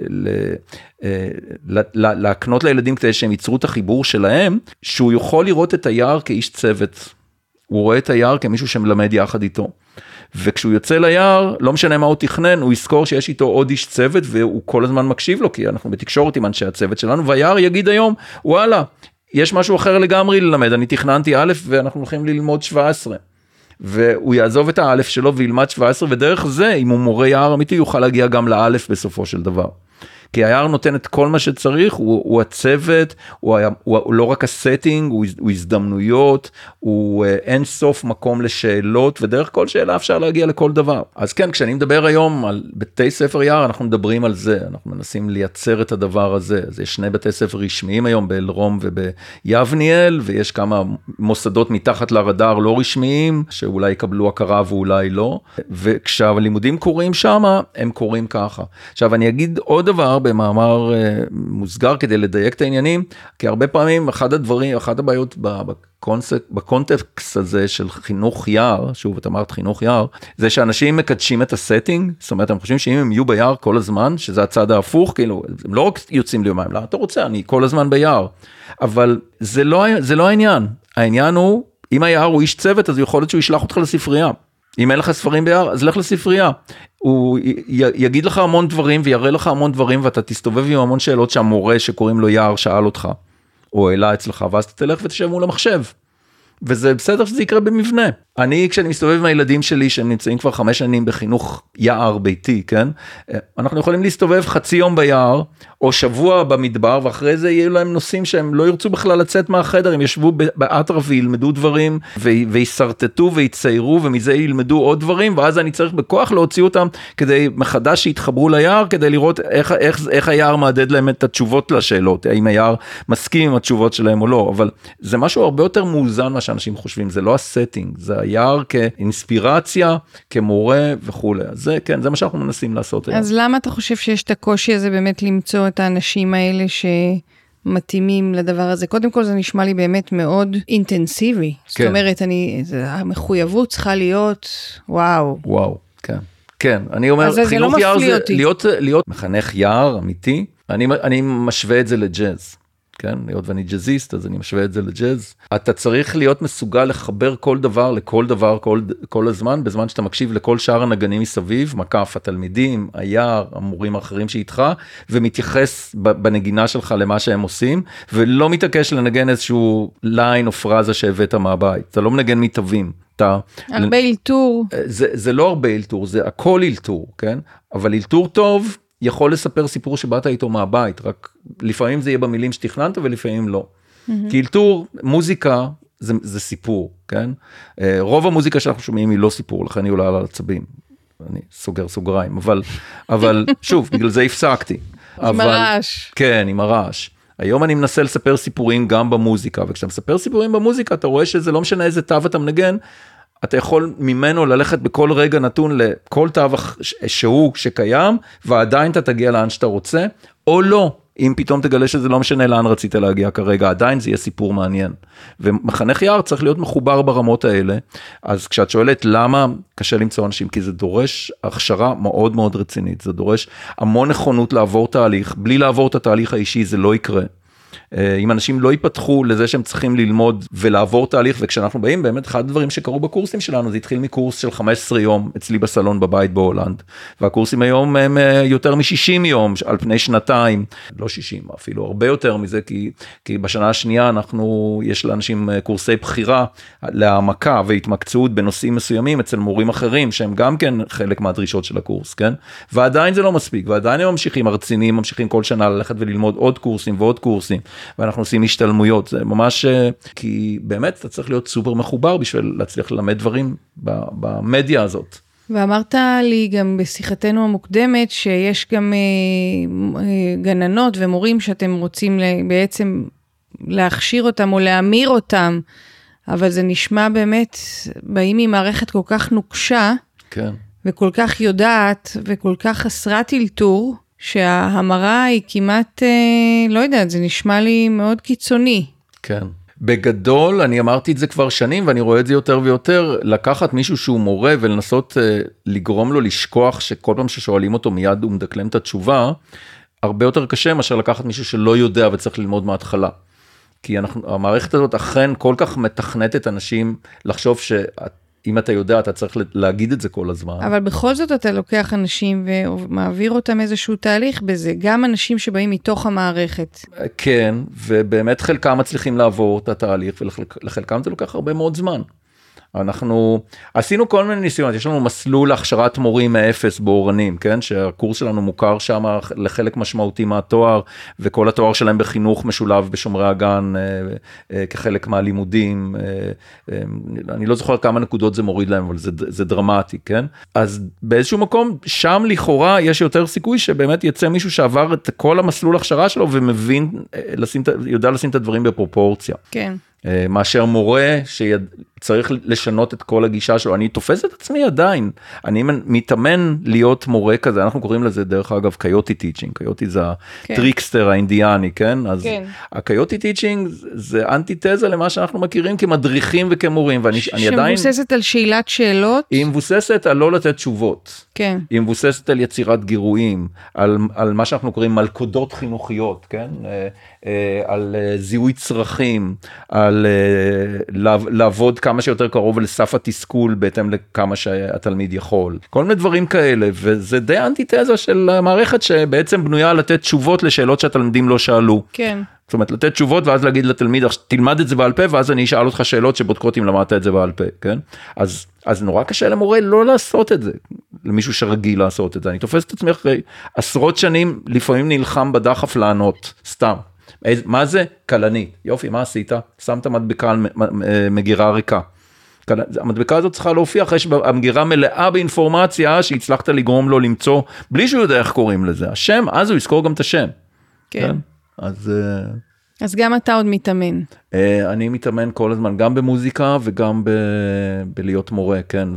Speaker 2: להקנות לילדים כדי שהם ייצרו את החיבור שלהם, שהוא יכול לראות את היער כאיש צוות. הוא רואה את היער כמישהו שמלמד יחד איתו. וכשהוא יוצא ליער, לא משנה מה הוא תכנן, הוא יזכור שיש איתו עוד איש צוות, והוא כל הזמן מקשיב לו, כי אנחנו בתקשורת עם אנשי הצוות שלנו, והיער יגיד היום, וואלה, יש משהו אחר לגמרי ללמד, אני תכננתי א' ואנחנו הולכים ללמוד 17. והוא יעזוב את האלף שלו וילמד 17, ודרך זה, אם הוא מורה יער אמיתי, יוכל להגיע גם לאלף בסופו של דבר. כי היער נותן את כל מה שצריך, הוא הצוות, הוא לא רק הסטינג, הוא הזדמנויות, הוא אין סוף מקום לשאלות, ודרך כל שאלה אפשר להגיע לכל דבר. אז כן, כשאני מדבר היום על בתי ספר יער, אנחנו מדברים על זה, אנחנו מנסים לייצר את הדבר הזה. אז יש 2 בתי ספר רשמיים היום, באלרום וביבניאל, ויש כמה מוסדות מתחת לרדאר לא רשמיים, שאולי יקבלו הכרה ואולי לא, וכשהלימודים קורים שם, הם קורים ככה. עכשיו אני אגיד עוד דבר במאמר מוסגר כדי לדייק את העניינים, כי הרבה פעמים אחת הבעיות בקונטקסט הזה של חינוך יער, שוב את אמרת חינוך יער, זה שאנשים מקדשים את הסטינג, זאת אומרת הם חושבים שאם הם יהיו ביער כל הזמן, שזה הצד ההפוך, כאילו הם לא רק יוצאים ליומיים, לא, אתה רוצה, אני כל הזמן ביער, אבל זה לא העניין, העניין הוא, אם היער הוא איש צוות, אז יכול להיות שהוא ישלח אותך לספרייה, אם אין לך ספרים ביער, אז לך לספרייה, הוא יגיד לך המון דברים, ויראה לך המון דברים, ואתה תסתובב עם המון שאלות שהמורה שקוראים לו יער שאל אותך, או העלה אצלך, ואז אתה תלך ותשב מול המחשב. וזה בסדר שזה יקרה במבנה. כשאני מסתובב עם הילדים שלי, שהם נמצאים כבר 5 שנים בחינוך יער ביתי, כן? אנחנו יכולים להסתובב חצי יום ביער, או שבוע במדבר, ואחרי זה יהיו להם נושאים שהם לא ירצו בכלל לצאת מהחדר, הם ישבו באטרף וילמדו דברים, ויסרטטו ויציירו, ומזה ילמדו עוד דברים, ואז אני צריך בכוח להוציא אותם, כדי מחדש שיתחברו ליער, כדי לראות איך היער מעדד להם את התשובות לשאלות, האם היער מסכים עם התשובות שלהם או לא, אבל זה משהו הרבה יותר מאוזן מה שאנשים חושבים, זה לא הסטינג, זה היער כאינספירציה, כמורה וכו'. זה כן, זה מה שאנחנו מנסים לעשות היום.
Speaker 1: אז למה אתה חושב שיש את הקושי הזה באמת למצוא את האנשים האלה שמתאימים לדבר הזה? קודם כל זה נשמע לי באמת מאוד אינטנסיבי. זאת אומרת, המחויבות צריכה להיות וואו.
Speaker 2: וואו, כן. כן, אני אומר, חינוך יער זה להיות מחנך יער אמיתי, אני משווה את זה לג'אז. כן, היות ואני ג'אזיסט, אז אני משווה את זה לג'אז. אתה צריך להיות מסוגל לחבר כל דבר לכל דבר כל הזמן, בזמן שאתה מקשיב לכל שאר הנגנים מסביב, מקף התלמידים, היער, המורים האחרים שאיתך, ומתייחס בנגינה שלך למה שהם עושים, ולא מתעקש לנגן איזשהו ליין או פרזה שהבאת מהבית. אתה לא מנגן מתווים.
Speaker 1: הרבה אילתור.
Speaker 2: זה לא הרבה אילתור, זה הכל אילתור, כן? אבל אילתור טוב, יכול לספר סיפור שבאת איתו מהבית, רק לפעמים זה יהיה במילים שתכננת ולפעמים לא. כי אלתור, מוזיקה, זה סיפור, כן? רוב המוזיקה שאנחנו שומעים היא לא סיפור, לכן היא עולה על עצבים. אני סוגר סוגריים, אבל שוב, בגלל זה הפסקתי.
Speaker 1: עם הרעש.
Speaker 2: כן, עם הרעש. היום אני מנסה לספר סיפורים גם במוזיקה, וכשאתה מספר סיפורים במוזיקה, אתה רואה שזה לא משנה איזה תו אתה מנגן, אתה יכול ממנו ללכת בכל רגע נתון לכל תו שקיים, ועדיין אתה תגיע לאן שאתה רוצה, או לא, אם פתאום תגלה שזה לא משנה לאן רצית להגיע כרגע, עדיין זה יהיה סיפור מעניין. ומחנך יער צריך להיות מחובר ברמות האלה, אז כשאת שואלת למה קשה למצוא אנשים, כי זה דורש הכשרה מאוד מאוד רצינית, זה דורש המון נכונות לעבור תהליך, בלי לעבור את התהליך האישי זה לא יקרה. אם אנשים לא ייפתחו לזה שהם צריכים ללמוד ולעבור תהליך, וכשאנחנו באים, באמת אחד הדברים שקרו בקורסים שלנו, זה התחיל מקורס של 15 יום אצלי בסלון בבית בהולנד, והקורסים היום הם יותר מ-60 יום על פני שנתיים, לא 60, אפילו הרבה יותר מזה, כי בשנה השנייה יש לאנשים קורסי בחירה להעמקה והתמקצעות בנושאים מסוימים אצל מורים אחרים, שהם גם כן חלק מהדרישות של הקורס, כן? ועדיין זה לא מספיק, ועדיין הם ממשיכים, הרציניים ממשיכים כל שנה ללכת וללמוד עוד קורסים ועוד קורסים, ואנחנו עושים השתלמויות, זה ממש, כי באמת אתה צריך להיות סופר מחובר בשביל להצליח ללמד דברים במדיה הזאת.
Speaker 1: ואמרת לי גם בשיחתנו המוקדמת, שיש גם גננות ומורים שאתם רוצים בעצם להכשיר אותם או להמיר אותם, אבל זה נשמע באמת, באים ממערכת כל כך נוקשה,
Speaker 2: כן.
Speaker 1: וכל כך יודעת, וכל כך חסרת אלתור, שההמרה היא כמעט, לא יודעת, זה נשמע לי מאוד קיצוני.
Speaker 2: כן. בגדול, אני אמרתי את זה כבר שנים, ואני רואה את זה יותר ויותר, לקחת מישהו שהוא מורה, ולנסות לגרום לו לשכוח, שכל פעם ששואלים אותו מיד הוא מדקלם את התשובה, הרבה יותר קשה מאשר לקחת מישהו שלא יודע וצריך ללמוד מההתחלה. כי המערכת הזאת אכן כל כך מתכנתת אנשים לחשוב אם אתה יודע, אתה צריך להגיד את זה כל הזמן. אבל
Speaker 1: בכל זאת אתה לוקח אנשים ומעביר אותם איזשהו תהליך בזה, גם אנשים שבאים מתוך המערכת.
Speaker 2: כן, ובאמת חלקם מצליחים לעבור את התהליך, ולחלקם זה לוקח הרבה מאוד זמן. אנחנו עשינו כל מיני ניסיונות, יש לנו מסלול הכשרת מורים מאפס באורנים, כן? שהקורס שלנו מוכר שם לחלק משמעותי מהתואר, וכל התואר שלהם בחינוך משולב בשומרי הגן, כחלק מהלימודים, אני לא זוכר כמה נקודות זה מוריד להם, אבל זה דרמטי, כן? אז באיזשהו מקום, שם לכאורה יש יותר סיכוי שבאמת יצא מישהו שעבר את כל המסלול הכשרה שלו, ומבין, יודע לשים את הדברים בפרופורציה.
Speaker 1: כן.
Speaker 2: מאשר מורה שצריך לשנות את כל הגישה שלו. אני תופס את עצמי עדיין, אני מתאמן להיות מורה כזה, אנחנו קוראים לזה דרך אגב קיוטי טיצ'ינג, קיוטי זה הטריקסטר האינדיאני, כן? אז הקיוטי טיצ'ינג זה אנטיתזה למה שאנחנו מכירים כמדריכים וכמורים, ואני עדיין...
Speaker 1: שמבוססת על שאלת שאלות?
Speaker 2: היא מבוססת על לא לתת תשובות.
Speaker 1: כן.
Speaker 2: היא מבוססת על יצירת גירויים, על מה שאנחנו קוראים מלכודות חינוכיות, כן? על זיהוי צרכים, על לעבוד כמה שיותר קרוב לסף התסכול, בהתאם לכמה שהתלמיד יכול. כל מיני דברים כאלה, וזה די אנטיתזה של המערכת שבעצם בנויה לתת תשובות לשאלות שהתלמידים לא שאלו.
Speaker 1: כן.
Speaker 2: זאת אומרת, לתת תשובות ואז להגיד לתלמיד, תלמד את זה בעל פה, ואז אני אשאל אותך שאלות שבודקות אם למדת את זה בעל פה, כן? אז נורא קשה למורה לא לעשות את זה, למישהו שרגיל לעשות את זה. אני תופס את עצמי אחרי עשרות שנים, לפעמים נלחם בדחף לענות, סתם. מה זה? קלנית. יופי, מה עשית? שמת מדבקה על מגירה ריקה. המדבקה הזאת צריכה להופיע אחרי שהמגירה מלאה באינפורמציה שהצלחת לגרום לו למצוא, בלי שהוא יודע איך קוראים לזה. השם, אז הוא יזכור גם את השם.
Speaker 1: כן. אז גם אתה עוד מתאמן.
Speaker 2: אני מתאמן כל הזמן, גם במוזיקה וגם בלהיות מורה, כן.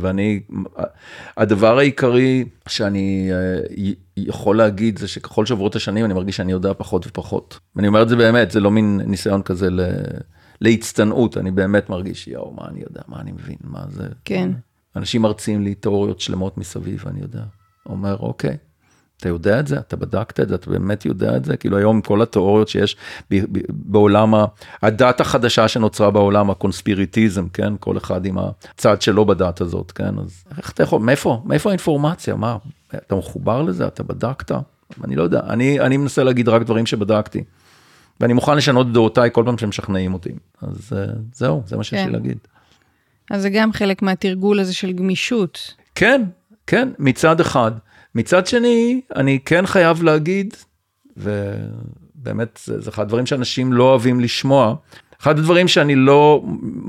Speaker 2: הדבר העיקרי שאני יכול להגיד זה שככל שעברות השנים אני מרגיש שאני יודע פחות ופחות. ואני אומר את זה באמת, זה לא מין ניסיון כזה להצטנעות, אני באמת מרגיש, יאו, מה אני יודע, מה אני מבין, מה זה.
Speaker 1: כן.
Speaker 2: אנשים מרצים לי תיאוריות שלמות מסביב, ואני יודע. אומר, אוקיי. אתה יודע את זה, אתה בדקת את זה, אתה באמת יודע את זה, כאילו היום עם כל התיאוריות שיש בעולם, הדת החדשה שנוצרה בעולם, הקונספיריטיזם, כן, כל אחד עם הצד שלו בדת הזאת, כן, אז איך אתה יכול, מאיפה האינפורמציה, מה, אתה מחובר לזה, אתה בדקת, אני לא יודע, אני מנסה להגיד רק דברים שבדקתי, ואני מוכן לשנות את דעותיי כל פעם שהם משכנעים אותי, אז זהו, זה מה שיש לי להגיד.
Speaker 1: אז זה גם חלק מהתרגול הזה של גמישות.
Speaker 2: כן, כן, מצד אחד, מצד שני, אני כן חייב להגיד, ובאמת זה אחד הדברים שאנשים לא אוהבים לשמוע, אחד הדברים שאני לא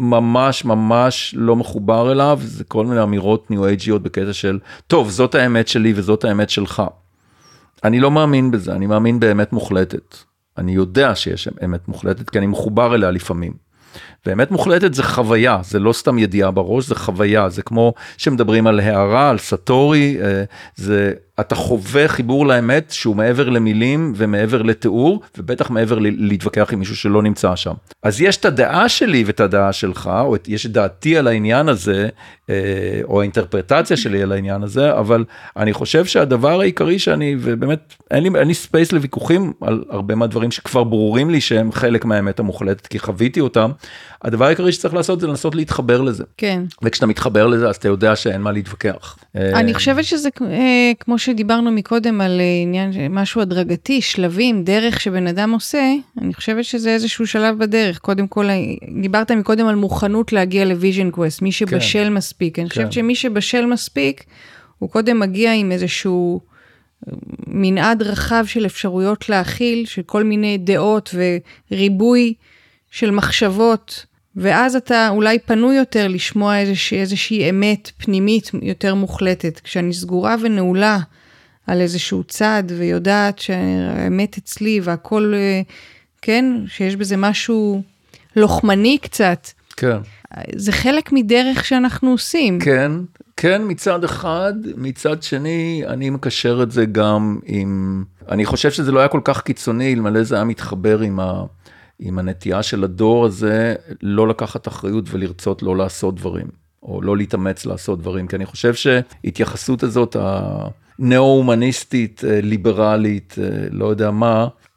Speaker 2: ממש לא מחובר אליו, זה כל מיני אמירות ניו-אייג'יות בקטע של, טוב, זאת האמת שלי וזאת האמת שלך. אני לא מאמין בזה, אני מאמין באמת מוחלטת. אני יודע שיש אמת מוחלטת, כי אני מחובר אליה לפעמים. ואמת מוחלטת זה חוויה, זה לא סתם ידיעה בראש, זה חוויה, זה כמו שמדברים על הערה, על סטורי, אתה חווה חיבור לאמת שהוא מעבר למילים ומעבר לתיאור, ובטח מעבר להתווכח עם מישהו שלא נמצא שם. אז יש את הדעה שלי ואת הדעה שלך, או יש את דעתי על העניין הזה, או האינטרפרטציה שלי על העניין הזה, אבל אני חושב שהדבר העיקרי שאני, ובאמת אין לי ספייס לוויכוחים על הרבה מהדברים שכבר ברורים לי שהם חלק מהאמת המוחלטת, כי חוויתי אותם, הדבר העיקרי שצריך לעשות זה לנסות להתחבר לזה.
Speaker 1: כן.
Speaker 2: וכשאתה מתחבר לזה, אז אתה יודע שאין מה להתווכח.
Speaker 1: אני חושבת שזה כמו שדיברנו מקודם על עניין, משהו הדרגתי, שלבים, דרך שבן אדם עושה, אני חושבת שזה איזשהו שלב בדרך. קודם כל, דיברת מקודם על מוכנות להגיע לוויז'ן קווסט, מי שבשל מספיק. אני חושבת שמי שבשל מספיק, הוא קודם מגיע עם איזשהו מנעד רחב של אפשרויות להכיל, של כל מיני דעות וריבוי של מחשבות, ואז אתה אולי פנוי יותר לשמוע איזושהי אמת פנימית יותר מוחלטת. כשאני סגורה ונעולה על איזשהו צד, ויודעת שהאמת אצלי והכל, כן, שיש בזה משהו לוחמני קצת.
Speaker 2: כן.
Speaker 1: זה חלק מדרך שאנחנו עושים.
Speaker 2: כן, כן, מצד אחד, מצד שני, אני מקשר את זה גם עם, אני חושב שזה לא היה כל כך קיצוני, אלמלא זה היה מתחבר עם הנטייה של הדור הזה, לא לקחת אחריות ולרצות לא לעשות דברים, או לא להתאמץ לעשות דברים, כי אני חושב שהתייחסות הזאת, הנאו-הומניסטית, ליברלית, לא יודע מה,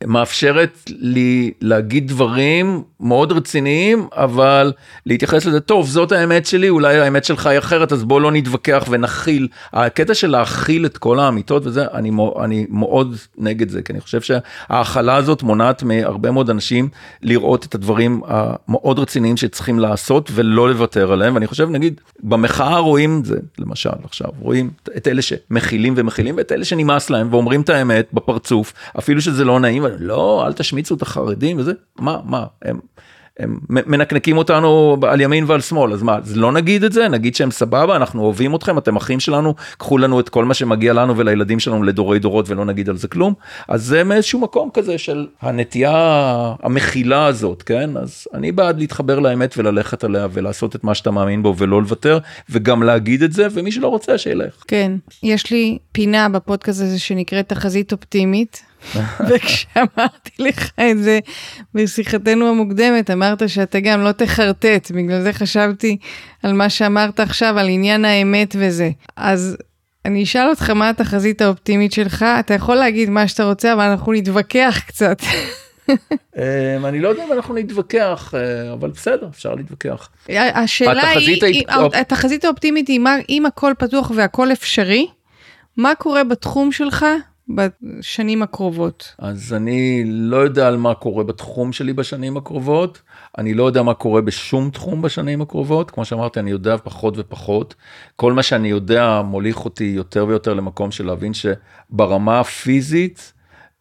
Speaker 2: מאפשרת לי להגיד דברים מאוד רציניים, אבל להתייחס לזה, טוב, זאת האמת שלי, אולי האמת שלך היא אחרת, אז בוא לא נתווכח ונכיל. הקטע של להכיל את כל האמיתות וזה, אני מאוד נגד זה, כי אני חושב שההכלה הזאת מונעת מהרבה מאוד אנשים לראות את הדברים המאוד רציניים שצריכים לעשות, ולא לוותר עליהם, ואני חושב, נגיד, במחאה רואים זה, למשל, עכשיו, רואים את אלה שמכילים ומכילים, ואת אלה שנמאס להם, ואומרים את האמת בפרצוף, אפילו שזה לא נעים, לא, אל תשמיצו את החרדים וזה, מה, הם מנקנקים אותנו על ימין ועל שמאל, אז מה, אז לא נגיד את זה, נגיד שהם סבבה, אנחנו אוהבים אתכם, אתם אחים שלנו, קחו לנו את כל מה שמגיע לנו ולילדים שלנו לדורי דורות, ולא נגיד על זה כלום, אז זה מאיזשהו מקום כזה של הנטייה המכילה הזאת, כן, אז אני בעד להתחבר לאמת וללכת עליה, ולעשות את מה שאתה מאמין בו, ולא לוותר, וגם להגיד את זה, ומי שלא רוצה שילך.
Speaker 1: כן, יש לי פינה בפודקאסט הזה שנקראת תחזית אופטימית, וכשאמרתי לך את זה בשיחתנו המוקדמת, אמרת שאתה גם לא תחרטט, בגלל זה חשבתי על מה שאמרת עכשיו, על עניין האמת וזה. אז אני אשאל אותך מה התחזית האופטימית שלך, אתה יכול להגיד מה שאתה רוצה, אבל אנחנו נתווכח קצת.
Speaker 2: אני לא יודע אם אנחנו נתווכח, אבל בסדר, אפשר להתווכח.
Speaker 1: השאלה היא, התחזית האופטימית היא, אם הכל פתוח והכל אפשרי, מה קורה בתחום שלך בשנים הקרובות?
Speaker 2: אז אני לא יודע על מה קורה בתחום שלי בשנים הקרובות, אני לא יודע מה קורה בשום תחום בשנים הקרובות, כמו שאמרתי, אני יודע פחות ופחות, כל מה שאני יודע מוליך אותי יותר ויותר למקום של להבין שברמה הפיזית,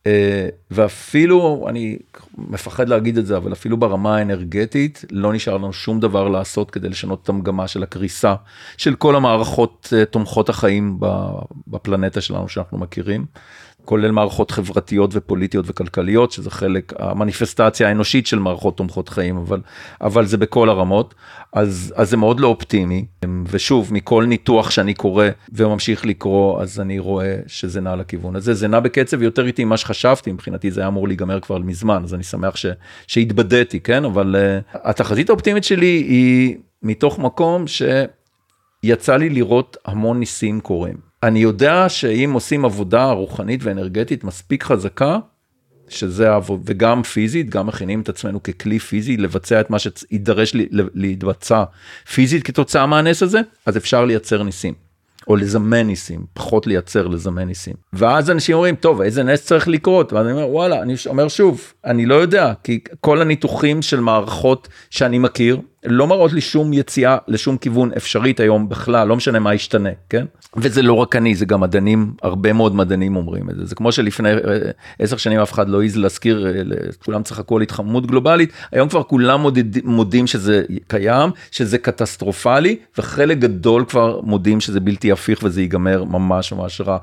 Speaker 2: ואפילו, אני מפחד להגיד את זה, אבל אפילו ברמה האנרגטית, לא נשאר לנו שום דבר לעשות כדי לשנות את המגמה של הקריסה, של כל המערכות תומכות החיים בפלנטה שלנו שאנחנו מכירים, כולל מערכות חברתיות ופוליטיות וכלכליות, שזה חלק, המניפסטציה האנושית של מערכות תומכות חיים, אבל זה בכל הרמות, אז זה מאוד לא אופטימי, ושוב, מכל ניתוח שאני קורא וממשיך לקרוא, אז אני רואה שזה נע לכיוון הזה, זה נע בקצב יותר איתי ממה שחשבתי, מבחינתי זה היה אמור להיגמר כבר מזמן, אז אני שמח שהתבדיתי, כן? אבל התחזית האופטימית שלי היא מתוך מקום שיצא לי לראות המון ניסים קורים. אני יודע שאם עושים עבודה רוחנית ואנרגטית מספיק חזקה, שזה וגם פיזית, גם מכינים את עצמנו ככלי פיזי, לבצע את מה שידרש להתבצע פיזית כתוצאה מהנס הזה, אז אפשר לייצר ניסים, או לזמן ניסים, פחות לייצר לזמן ניסים. ואז אנשים אומרים, טוב, איזה נס צריך לקרות? ואני אומר, וואלה, אני אומר שוב, אני לא יודע, כי כל הניתוחים של מערכות שאני מכיר, לא מראות לי שום יציאה לשום כיוון אפשרית היום בכלל, לא משנה מה ישתנה, כן? וזה לא רק אני, זה גם מדענים, הרבה מאוד מדענים אומרים את זה. זה כמו שלפני 10 שנים אף אחד לא העז להזכיר, כולם צחקו על התחממות גלובלית, היום כבר כולם מודים שזה קיים, שזה קטסטרופלי, וחלק גדול כבר מודים שזה בלתי הפיך וזה ייגמר ממש ממש רע.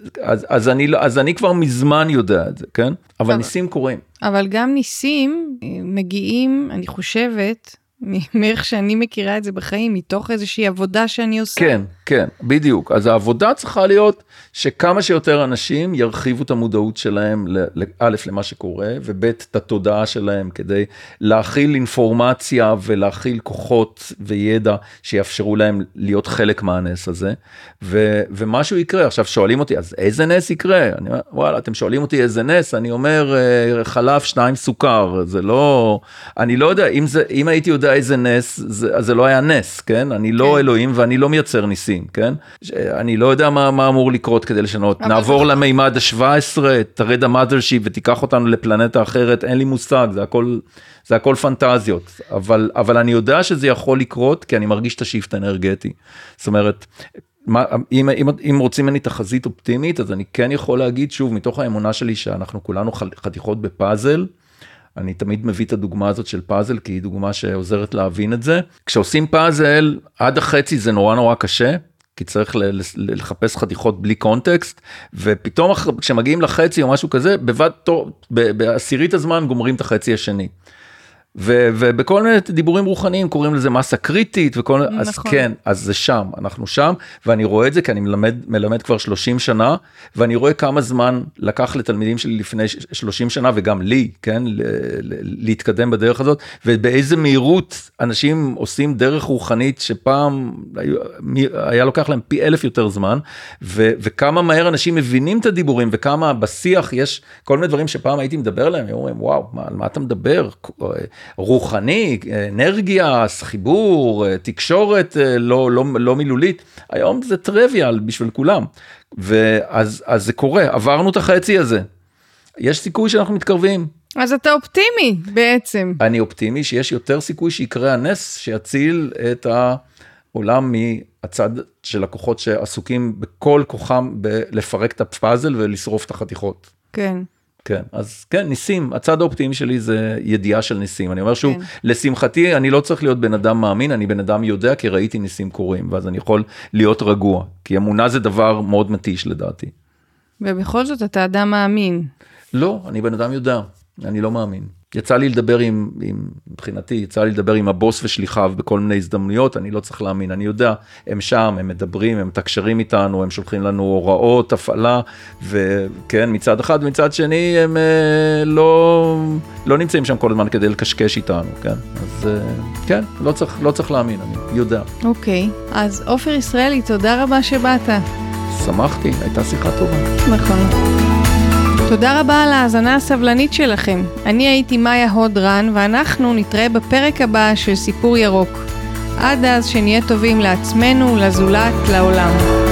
Speaker 2: אז אני כבר מזמן יודע את זה, כן? אבל ניסים קורים.
Speaker 1: אבל גם ניסים מגיעים, אני חושבת, מאיך שאני מכירה את זה בחיים, מתוך איזושהי עבודה שאני עושה.
Speaker 2: כן, כן, בדיוק. אז העבודה צריכה להיות שכמה שיותר אנשים ירחיבו את המודעות שלהם, א', למה שקורה, וב', את התודעה שלהם, כדי להכיל אינפורמציה ולהכיל כוחות וידע שיאפשרו להם להיות חלק מהנס הזה, ומשהו יקרה. עכשיו שואלים אותי, אז איזה נס יקרה? אני אומר, וואלה, אתם שואלים אותי איזה נס? אני אומר, חלב 2 סוכר, זה לא, אני לא יודע, אם הייתי יודע איזה נס, זה לא היה נס, כן? אני לא אלוהים ואני לא מייצר ניסים, כן? אני לא יודע מה אמור לקרות כדי לשנות. נעבור למימד ה-17, תרד המאדרשיפ ותיקח אותנו לפלנטה אחרת, אין לי מושג, זה הכל פנטזיות. אבל אני יודע שזה יכול לקרות, כי אני מרגיש את השיפט האנרגטי. זאת אומרת, אם רוצים ממני תחזית אופטימית, אז אני כן יכול להגיד שוב, מתוך האמונה שלי שאנחנו כולנו חתיכות בפאזל, אני תמיד מביא את הדוגמה הזאת של פאזל, כי היא דוגמה שעוזרת להבין את זה. כשעושים פאזל, עד החצי זה נורא נורא קשה, כי צריך לחפש חתיכות בלי קונטקסט, ופתאום כשמגיעים לחצי או משהו כזה, בעשירית הזמן גומרים את החצי השני. ובכל מיני דיבורים רוחניים קוראים לזה מסה קריטית, אז כן, אז זה שם, אנחנו שם, ואני רואה את זה כי אני מלמד כבר 30 שנה, ואני רואה כמה זמן לקח לתלמידים שלי לפני 30 שנה, וגם לי, כן, להתקדם בדרך הזאת, ובאיזה מהירות אנשים עושים דרך רוחנית, שפעם היה לוקח להם פי 1000 יותר זמן, וכמה מהר אנשים מבינים את הדיבורים, וכמה בשיח יש כל מיני דברים שפעם הייתי מדבר להם, אומרים, וואו, על מה אתה מדבר? רוחני, אנרגיה, חיבור, תקשורת לא מילולית, היום זה טריוויאל בשביל כולם, אז זה קורה, עברנו את החצי הזה, יש סיכוי שאנחנו מתקרבים.
Speaker 1: אז אתה אופטימי בעצם.
Speaker 2: אני אופטימי שיש יותר סיכוי שיקרה הנס, שיציל את העולם מהצד של הכוחות שעסוקים בכל כוחם לפרק את הפאזל ולשרוף את החתיכות.
Speaker 1: כן.
Speaker 2: כן, אז כן, ניסים, הצד האופטימי שלי זה ידיעה של ניסים, אני אומר שוב, כן. לשמחתי אני לא צריך להיות בן אדם מאמין, אני בן אדם יודע כי ראיתי ניסים קורים, ואז אני יכול להיות רגוע, כי אמונה זה דבר מאוד מתיש לדעתי.
Speaker 1: ובכל זאת אתה אדם מאמין.
Speaker 2: לא, אני בן אדם יודע, אני לא מאמין. יצא לי לדבר מבחינתי, יצא לי לדבר עם הבוס ושליחיו בכל מיני הזדמנויות, אני לא צריך להאמין, אני יודע, הם שם, הם מדברים, הם תקשרים איתנו, הם שולחים לנו הוראות, הפעלה, וכן, מצד אחד, מצד שני, הם לא נמצאים שם כל הזמן כדי לקשקש איתנו, כן? אז כן, לא צריך להאמין, אני יודע.
Speaker 1: אוקיי, אז עופר ישראלי, תודה רבה שבאת.
Speaker 2: שמחתי, הייתה שיחה טובה.
Speaker 1: נכון. תודה רבה על ההאזנה הסבלנית שלכם. אני הייתי מאיה הודרן, ואנחנו נתראה בפרק הבא של סיפור ירוק. עד אז שנהיה טובים לעצמנו, לזולת, לעולם.